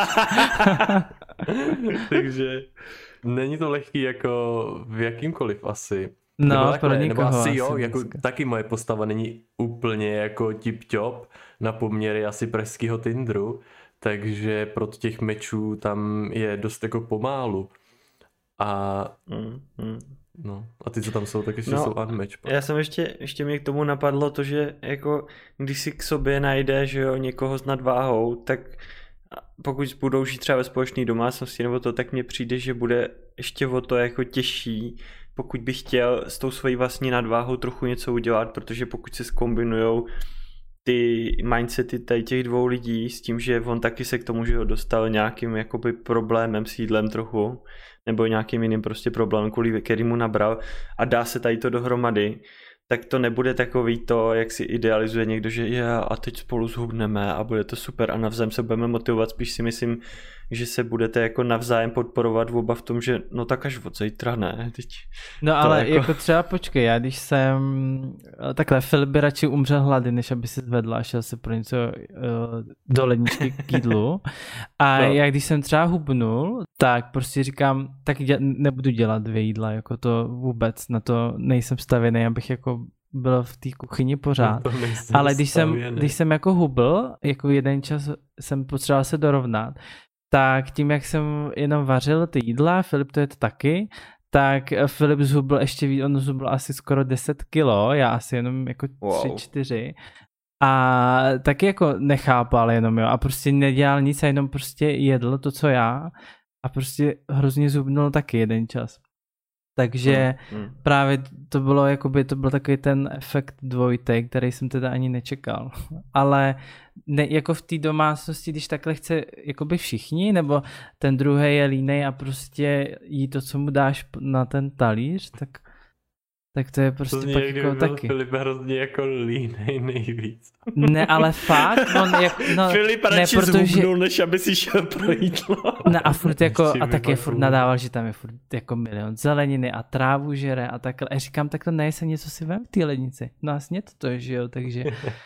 Takže není to lehký jako v jakýmkoliv asi. No, nebo, pro takhle, někoho nebo asi jo, asi jako dneska. taky moje postava není úplně jako tip-top na poměry asi pražského Tinderu, takže pro těch mečů tam je dost jako pomálu. A mm, mm. no, a ty, co tam jsou, tak ještě no, jsou unmatch. Já jsem ještě, ještě mě k tomu napadlo to, že jako když si k sobě najde, že jo, někoho s nadváhou, tak pokud budou žít třeba ve společné domácnosti nebo to, tak mně přijde, že bude ještě o to jako těžší, pokud bych chtěl s tou svojí vlastní nadváhou trochu něco udělat, protože pokud se zkombinujou ty mindsety tady těch dvou lidí s tím, že on taky se k tomu, že ho dostal nějakým jakoby problémem s jídlem trochu, nebo nějakým jiným prostě problémem, kvůli kterýmu nabral a dá se tady to dohromady, tak to nebude takový to, jak si idealizuje někdo, že je a teď spolu zhubneme a bude to super a navzájem se budeme motivovat, spíš si myslím, že se budete jako navzájem podporovat oba v tom, že no tak až od zítra ne. Teď no ale jako... jako třeba počkej, já když jsem takhle, Filip by radši umřel hlady, než aby se zvedla a šel se pro něco uh, do ledničky k jídlu a no. Já když jsem třeba hubnul, tak prostě říkám, tak dě- nebudu dělat dvě jídla, jako to vůbec, na to nejsem stavěný, abych jako byl v té kuchyni pořád, ale když jsem, když jsem jako hubl, jako jeden čas jsem potřeboval se dorovnat, tak tím, jak jsem jenom vařil ty jídla, Filip to je to taky, tak Filip zhubl ještě víc, on zhubl asi skoro deset kilo, já asi jenom jako tři, čtyři. A taky jako nechápal jenom, jo, a prostě nedělal nic a jenom prostě jedl to, co já a prostě hrozně zhubnul taky jeden čas. Takže hmm, hmm. právě to bylo jakoby, to byl takový ten efekt dvojité, který jsem teda ani nečekal. Ale ne, jako v té domácnosti, když takhle chce jakoby všichni, nebo ten druhý je línej a prostě jí to, co mu dáš na ten talíř, tak, tak to je prostě to pak někdy jako byl taky. Filip hrozně jako línej nejvíc. Ne, ale fakt, on jak, no, Filip radši ne, protože... zhubnul, než aby si šel pro jídlo. Ne, a furt jako, a taky furt nadával, že tam je furt jako milion zeleniny a trávu žere a takhle. A říkám, tak to nejsem něco si vem v té lednici. No vlastně to je, že jo, takže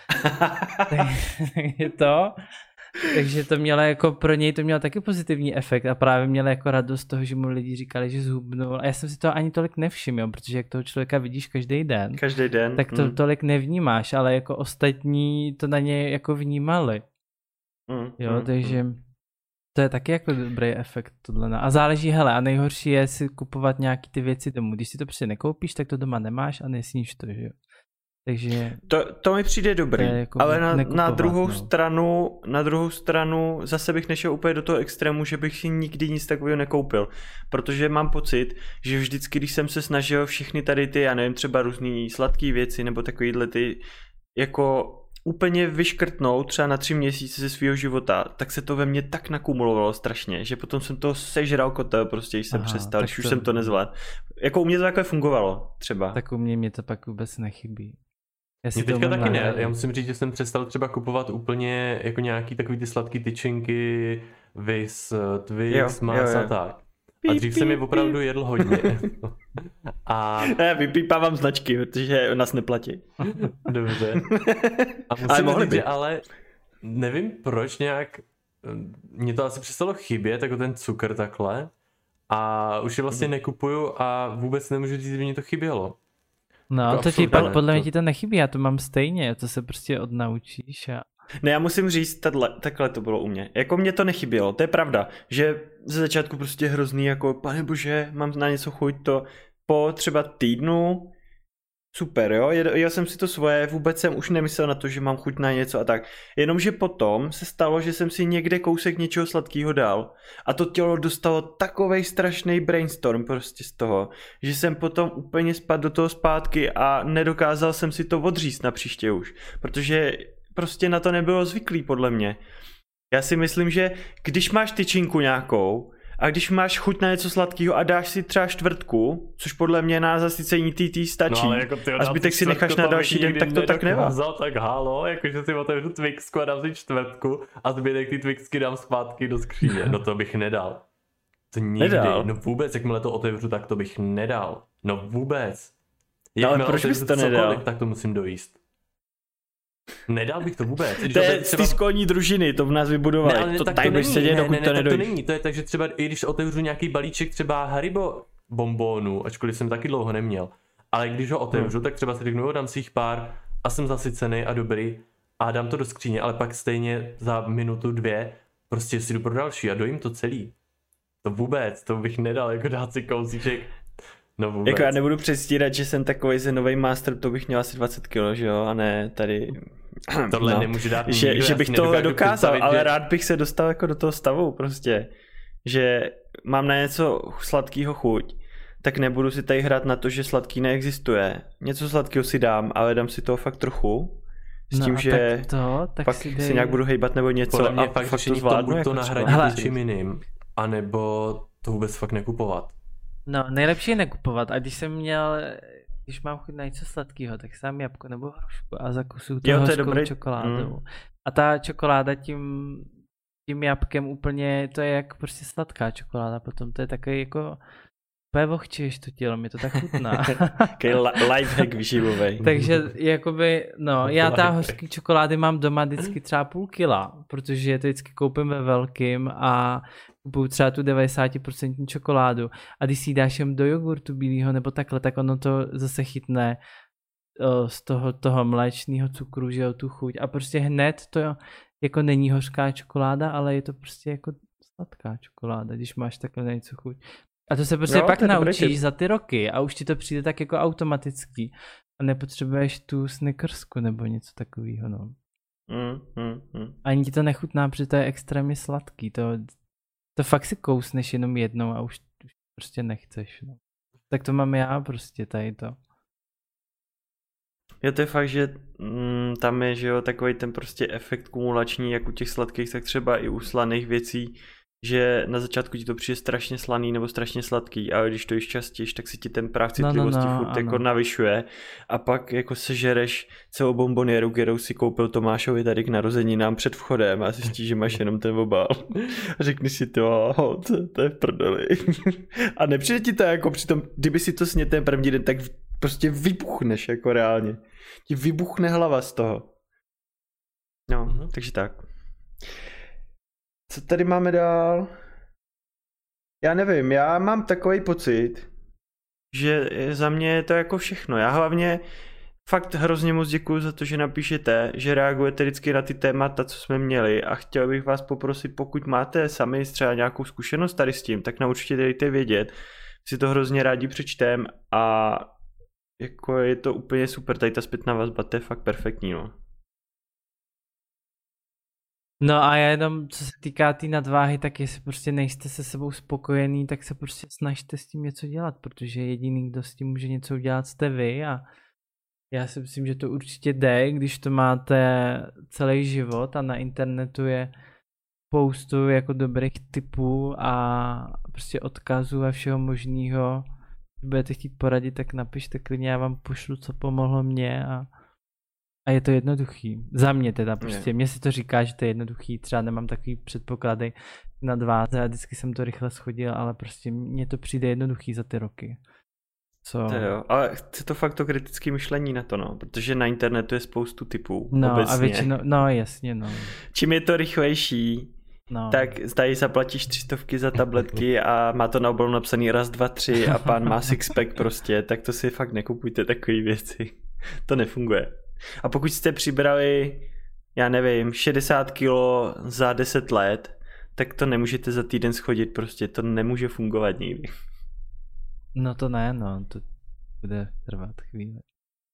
je to. Takže to mělo jako, pro něj to mělo taky pozitivní efekt a právě měl jako radost z toho, že mu lidi říkali, že zhubnul. A já jsem si to ani tolik nevšiml, protože jak toho člověka vidíš každý den, každý den, tak to mm. tolik nevnímáš, ale jako ostatní to na něj jako vnímali. Mm. Jo, mm. takže to je taky jako dobrý efekt tohle. A záleží, hele, a nejhorší je si kupovat nějaký ty věci domů. Když si to prostě nekoupíš, tak to doma nemáš a nesníš to, že jo. Takže to, to mi přijde dobrý, jako ale na, na druhou no. stranu, na druhou stranu zase bych nešel úplně do toho extrému, že bych si nikdy nic takového nekoupil, protože mám pocit, že vždycky, když jsem se snažil všechny tady ty, já nevím, třeba různý sladké věci nebo takovýhle ty, jako úplně vyškrtnout třeba na tři měsíce ze svého života, tak se to ve mně tak nakumulovalo strašně, že potom jsem to sežral kotel, prostě, když jsem Aha, přestal, když to... už jsem to nezvládl. Jako u mě to takhle fungovalo třeba. Tak u mě mě to pak vůbec nechybí. Mě teďka taky ne, já musím říct, že jsem přestal třeba kupovat úplně jako nějaký takový ty sladký tyčinky, vis, Twix, Mars a tak. A dřív jsem je opravdu jedl hodně. A... Ne, vypípávám značky, protože nás neplatí. Dobře. A musím ale říct, že ale nevím proč nějak, mě to asi přestalo chybět, jako ten cukr takhle. A už je vlastně nekupuju a vůbec nemůžu říct, že mě to chybělo. No, jako to ti pak podle mě ti to nechybí, já to mám stejně, to se prostě odnaučíš a... Ne, já musím říct, tato, takhle to bylo u mě. Jako mě to nechybělo, to je pravda, že ze začátku prostě hrozný, jako pane bože, mám na něco chuť, to po třeba týdnu super, jo, jel jsem si to svoje, vůbec jsem už nemyslel na to, že mám chuť na něco a tak. Jenomže potom se stalo, že jsem si někde kousek něčeho sladkého dal a to tělo dostalo takovej strašný brainstorm prostě z toho, že jsem potom úplně spadl do toho zpátky a nedokázal jsem si to odříct na příště už, protože prostě na to nebylo zvyklý podle mě. Já si myslím, že když máš tyčinku nějakou a když máš chuť na něco sladkého a dáš si třeba čtvrtku, což podle mě na zasycení té tý stačí, no, jako a zbytek si necháš na další den, tak to tak nemá. Tak halo, jakože si otevřu Twixku a dám si čtvrtku a zbytek ty Twixky dám zpátky do skříně. No to bych nedal. To nikdy. Nedal. No vůbec, jakmile to otevřu, tak to bych nedal. No vůbec. No, ale proč bys to nedal? Cokoliv, tak to musím dojíst. Nedal bych to vůbec. To je třeba... z ty školní družiny, to v nás vybudovali. Ne, to tady budeš sedět, dokud ne, ne, to nedojíš. To není, to je tak, že třeba i když otevřu nějaký balíček třeba Haribo bonbónů, ačkoliv jsem taky dlouho neměl, ale když ho otevřu, hmm. tak třeba si řeknu, dám si jich pár a jsem zasycený a dobrý a dám to do skříně, ale pak stejně za minutu, dvě prostě si jdu pro další a dojím to celý. To vůbec, to bych nedal, jako dát si kousíček. No vůbec. Jako já nebudu předstírat, že jsem takovej zenovej master, to bych měl asi dvacet kilo, že jo, a ne tady... Tohle no, nemůžu dát že, nikdo, že bych to dokázal, ale že... rád bych se dostal jako do toho stavu prostě, že mám na něco sladkýho chuť, tak nebudu si tady hrát na to, že sladký neexistuje. Něco sladkého si dám, ale dám si toho fakt trochu, s tím, no že tak to, tak pak si, dej... si nějak budu hejbat nebo něco podle mě a fakt, fakt to zvládnu. To, jako to nahradit něčím jiným, anebo to vůbec fakt nekupovat. No, nejlepší je nekupovat a když jsem měl, když mám chuť na něco sladkého, tak sám jabko nebo hrušku a zakusuju to hořkou čokoládou. Mm. A ta čokoláda tím, tím jabkem úplně, to je jak prostě sladká čokoláda, potom to je takový jako, úplně vochčíš to tělo, mi to tak chutná. Takový lifehack výživovej. Takže jakoby, no, já ta hořký čokolády mám doma vždycky třeba půl kila, protože je to vždycky koupím ve velkým a kupuju třeba tu devadesát procent čokoládu a když si ji dáš jen do jogurtu bílýho nebo takhle, tak ono to zase chytne o, z toho, toho mléčného cukru, že jo, tu chuť a prostě hned to jako není hořká čokoláda, ale je to prostě jako sladká čokoláda, když máš takhle na něco chuť. A to se prostě jo, pak naučíš za ty roky a už ti to přijde tak jako automaticky a nepotřebuješ tu Snickersku nebo něco takového, no. Mm, mm, mm. Ani ti to nechutná, protože to je extrémně sladký, to To fakt si kousneš jenom jednou a už, už prostě nechceš. No. Tak to mám já prostě tady to. Jo, to je fakt, že mm, tam je, že jo, takový ten prostě efekt kumulační, jak u těch sladkých, tak třeba i u slaných věcí, že na začátku ti to přijde strašně slaný nebo strašně sladký, ale když to jíš častěji, tak si ti ten práh citlivosti no, no, no, furt jako navyšuje a pak jako sežereš celou bonboniéru, kterou si koupil Tomášovi tady k narozeninám před vchodem a zjistíš, že máš jenom ten obal. A řekni si to, to, to je v prdeli. A nepřijde ti to jako přitom, kdyby si to sněl ten první den, tak prostě vybuchneš jako reálně. Ti vybuchne hlava z toho. No, mm-hmm. takže tak. Co tady máme dál? Já nevím, já mám takový pocit, že za mě je to jako všechno. Já hlavně fakt hrozně moc děkuju za to, že napíšete, že reagujete vždycky na ty témata, co jsme měli a chtěl bych vás poprosit, pokud máte sami třeba nějakou zkušenost tady s tím, tak na určitě dejte vědět. Si to hrozně rádi přečtem a jako je to úplně super, tady ta zpětná vazba, to je fakt perfektní, no. No a já jenom, co se týká té tý nadváhy, tak jestli prostě nejste se sebou spokojený, tak se prostě snažte s tím něco dělat, protože jediný, kdo s tím může něco udělat, jste vy a já si myslím, že to určitě jde, když to máte celý život a na internetu je spoustu jako dobrých tipů a prostě odkazů a všeho možného. Když budete chtít poradit, tak napište klidně, já vám pošlu, co pomohlo mně a A je to jednoduchý. Za mě teda prostě. Mně se to říká, že to je jednoduchý. Třeba nemám takový předpoklady na dváze a vždycky jsem to rychle schodil, ale prostě mně to přijde jednoduchý za ty roky. Co? To jo, ale chce to fakt to kritické myšlení na to, no. Protože na internetu je spoustu typů. No obecně. a většinou, no jasně, no. Čím je to rychlejší, no. tak tady zaplatíš tři stovky za tabletky a má to na obalu napsaný raz, dva, tři a pán má sixpack prostě, tak to si fakt nekupujte takové věci. To nefunguje. A pokud jste přibrali, já nevím, šedesát kilo za deset let, tak to nemůžete za týden schodit, prostě to nemůže fungovat nikdy. No to ne, no, to bude trvat chvíli.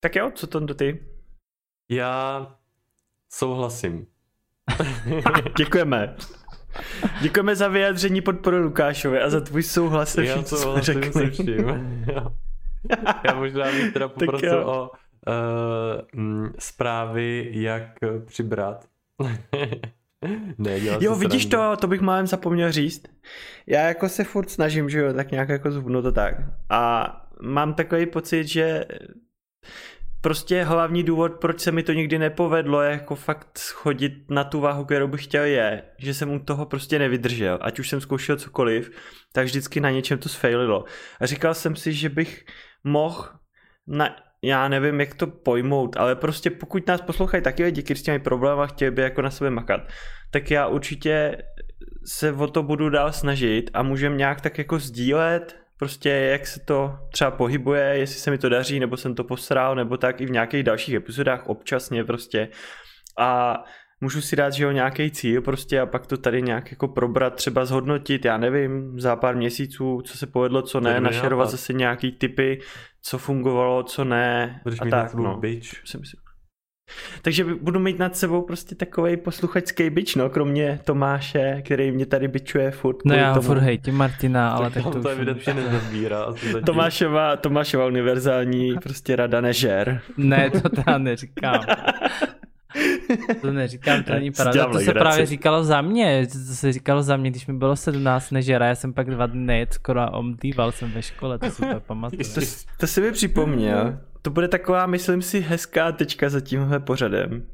Tak jo, co to ty? Já souhlasím. Děkujeme. Děkujeme za vyjádření podpory Lukášovi a za tvůj souhlas se vším, co jsme řekli. Se vším. Já možná bych teda poprosil o uh, zprávy, jak přibrat. Ne, jo, vidíš to, to bych málem zapomněl říct. Já jako se furt snažím, že jo, tak nějak jako zhubnu to tak. A mám takový pocit, že prostě hlavní důvod, proč se mi to nikdy nepovedlo, je jako fakt schodit na tu váhu, kterou bych chtěl, je, že jsem u toho prostě nevydržel. Ať už jsem zkoušel cokoliv, tak vždycky na něčem to sfaililo. A říkal jsem si, že bych mohl na, já nevím, jak to pojmout, ale prostě pokud nás poslouchají taky lidi, kteří s těmi problémy a chtěli by jako na sebe makat, tak já určitě se o to budu dál snažit a můžeme nějak tak jako sdílet, prostě jak se to třeba pohybuje, jestli se mi to daří, nebo jsem to posral, nebo tak i v nějakých dalších epizodách občasně prostě. A můžu si dát, že jo, nějaký cíl prostě a pak to tady nějak jako probrat, třeba zhodnotit, já nevím, za pár měsíců, co se povedlo, co ne, našerovat zase nějaký typy, co fungovalo, co ne. Budeš a mít tak, no. Takže budu mít nad sebou prostě takovej posluchačský bič, no, kromě Tomáše, který mě tady bičuje furt. No já tomu. furt hejtím Martina, ale tak, tak to to už evidentně nezabírá. Tomášova, Tomášova univerzální prostě rada nežer. Ne, to teda neříkám. To neříkám, to není pravda. To se právě říkalo za mě, to se říkalo za mě, když mi bylo sedmnáct nežera, já jsem pak dva dny nejet skoro a omdýval jsem ve škole, to super pamatuju. To, to si mi připomněl. To bude taková, myslím si, hezká tečka za tímhle pořadem.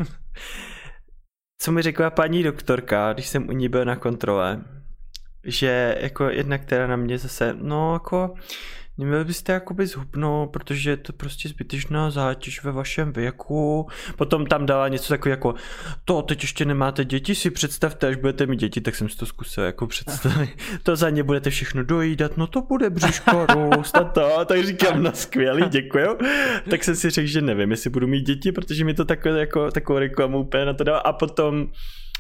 Co mi řekla paní doktorka, když jsem u ní byl na kontrole, že jako jedna, která na mě zase, no jako, neměli byste jakoby zhubnout, protože je to prostě zbytečná zátěž ve vašem věku. Potom tam dala něco takové jako, to teď ještě nemáte děti, si představte, až budete mít děti, tak jsem si to zkusil jako představit. To za ně budete všechno dojídat, no to bude bříško růst a to. Tak říkám, no skvělý, děkuju. Tak jsem si řekl, že nevím, jestli budu mít děti, protože mi to takové, jako, takovou reklamu úplně na to dalo. A potom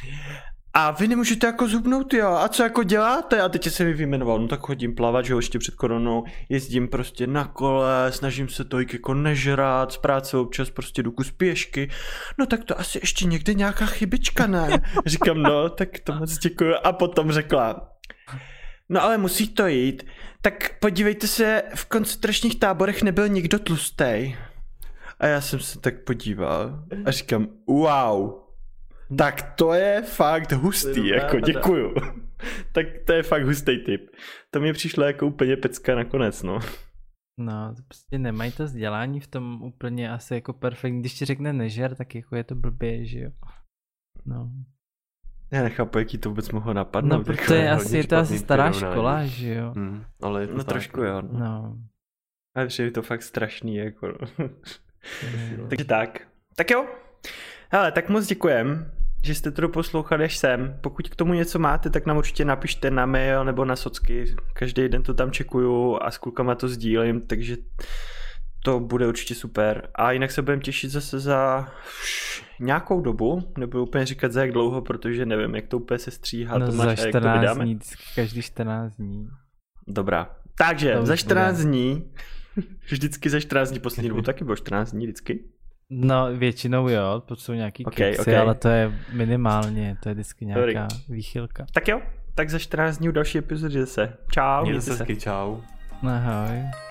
a vy nemůžete jako zhubnout, jo, a co jako děláte? A teď se mi vyjmenoval, no tak chodím plavat, že jo, ještě před koronou, jezdím prostě na kole, snažím se to jako nežrat, z práce občas prostě jdu kus pěšky, no tak to asi ještě někde nějaká chybička, ne? Říkám, no, tak to moc děkuju. A potom řekla, no ale musí to jít, tak podívejte se, v koncentračních táborech nebyl nikdo tlustej. A já jsem se tak podíval a říkám, wow. Tak to je fakt hustý, jako děkuju. Tak to je fakt hustý tip. To mi přišlo jako úplně pecka nakonec, no. No, to prostě nemají to vzdělání v tom úplně asi jako perfektní. Když ti řekne nežer, tak jako je to blbě, že jo. No. Já nechápu, jaký to vůbec mohlo napadnout. No, protože je asi, je to asi stará škola, že jo. Hmm, ale je to no tak. trošku jo. No. no. Ale je to fakt strašný, jako. Takže tak. Tak jo. Hele, tak moc děkujem, že jste to poslouchali až sem. Pokud k tomu něco máte, tak nám určitě napište na mail nebo na socky. Každý den to tam čekuju a s klukama to sdílím, takže to bude určitě super. A jinak se budeme těšit zase za nějakou dobu, nebudu úplně říkat za jak dlouho, protože nevím, jak to úplně se stříhá. No to za máš, čtrnáct dní, každý čtrnáct dní. Dobrá, takže to za čtrnáct bude. Dní, vždycky za čtrnáct dní poslední dobu, taky bylo čtrnáct dní vždycky. No většinou jo, protože jsou nějaký okay, keksy, okay. ale to je minimálně, to je vždycky nějaká Dobrý. výchylka. Tak jo, tak za čtrnáct dní u další epizody zase. Čau. Mějte se hezky, čau. Ahoj.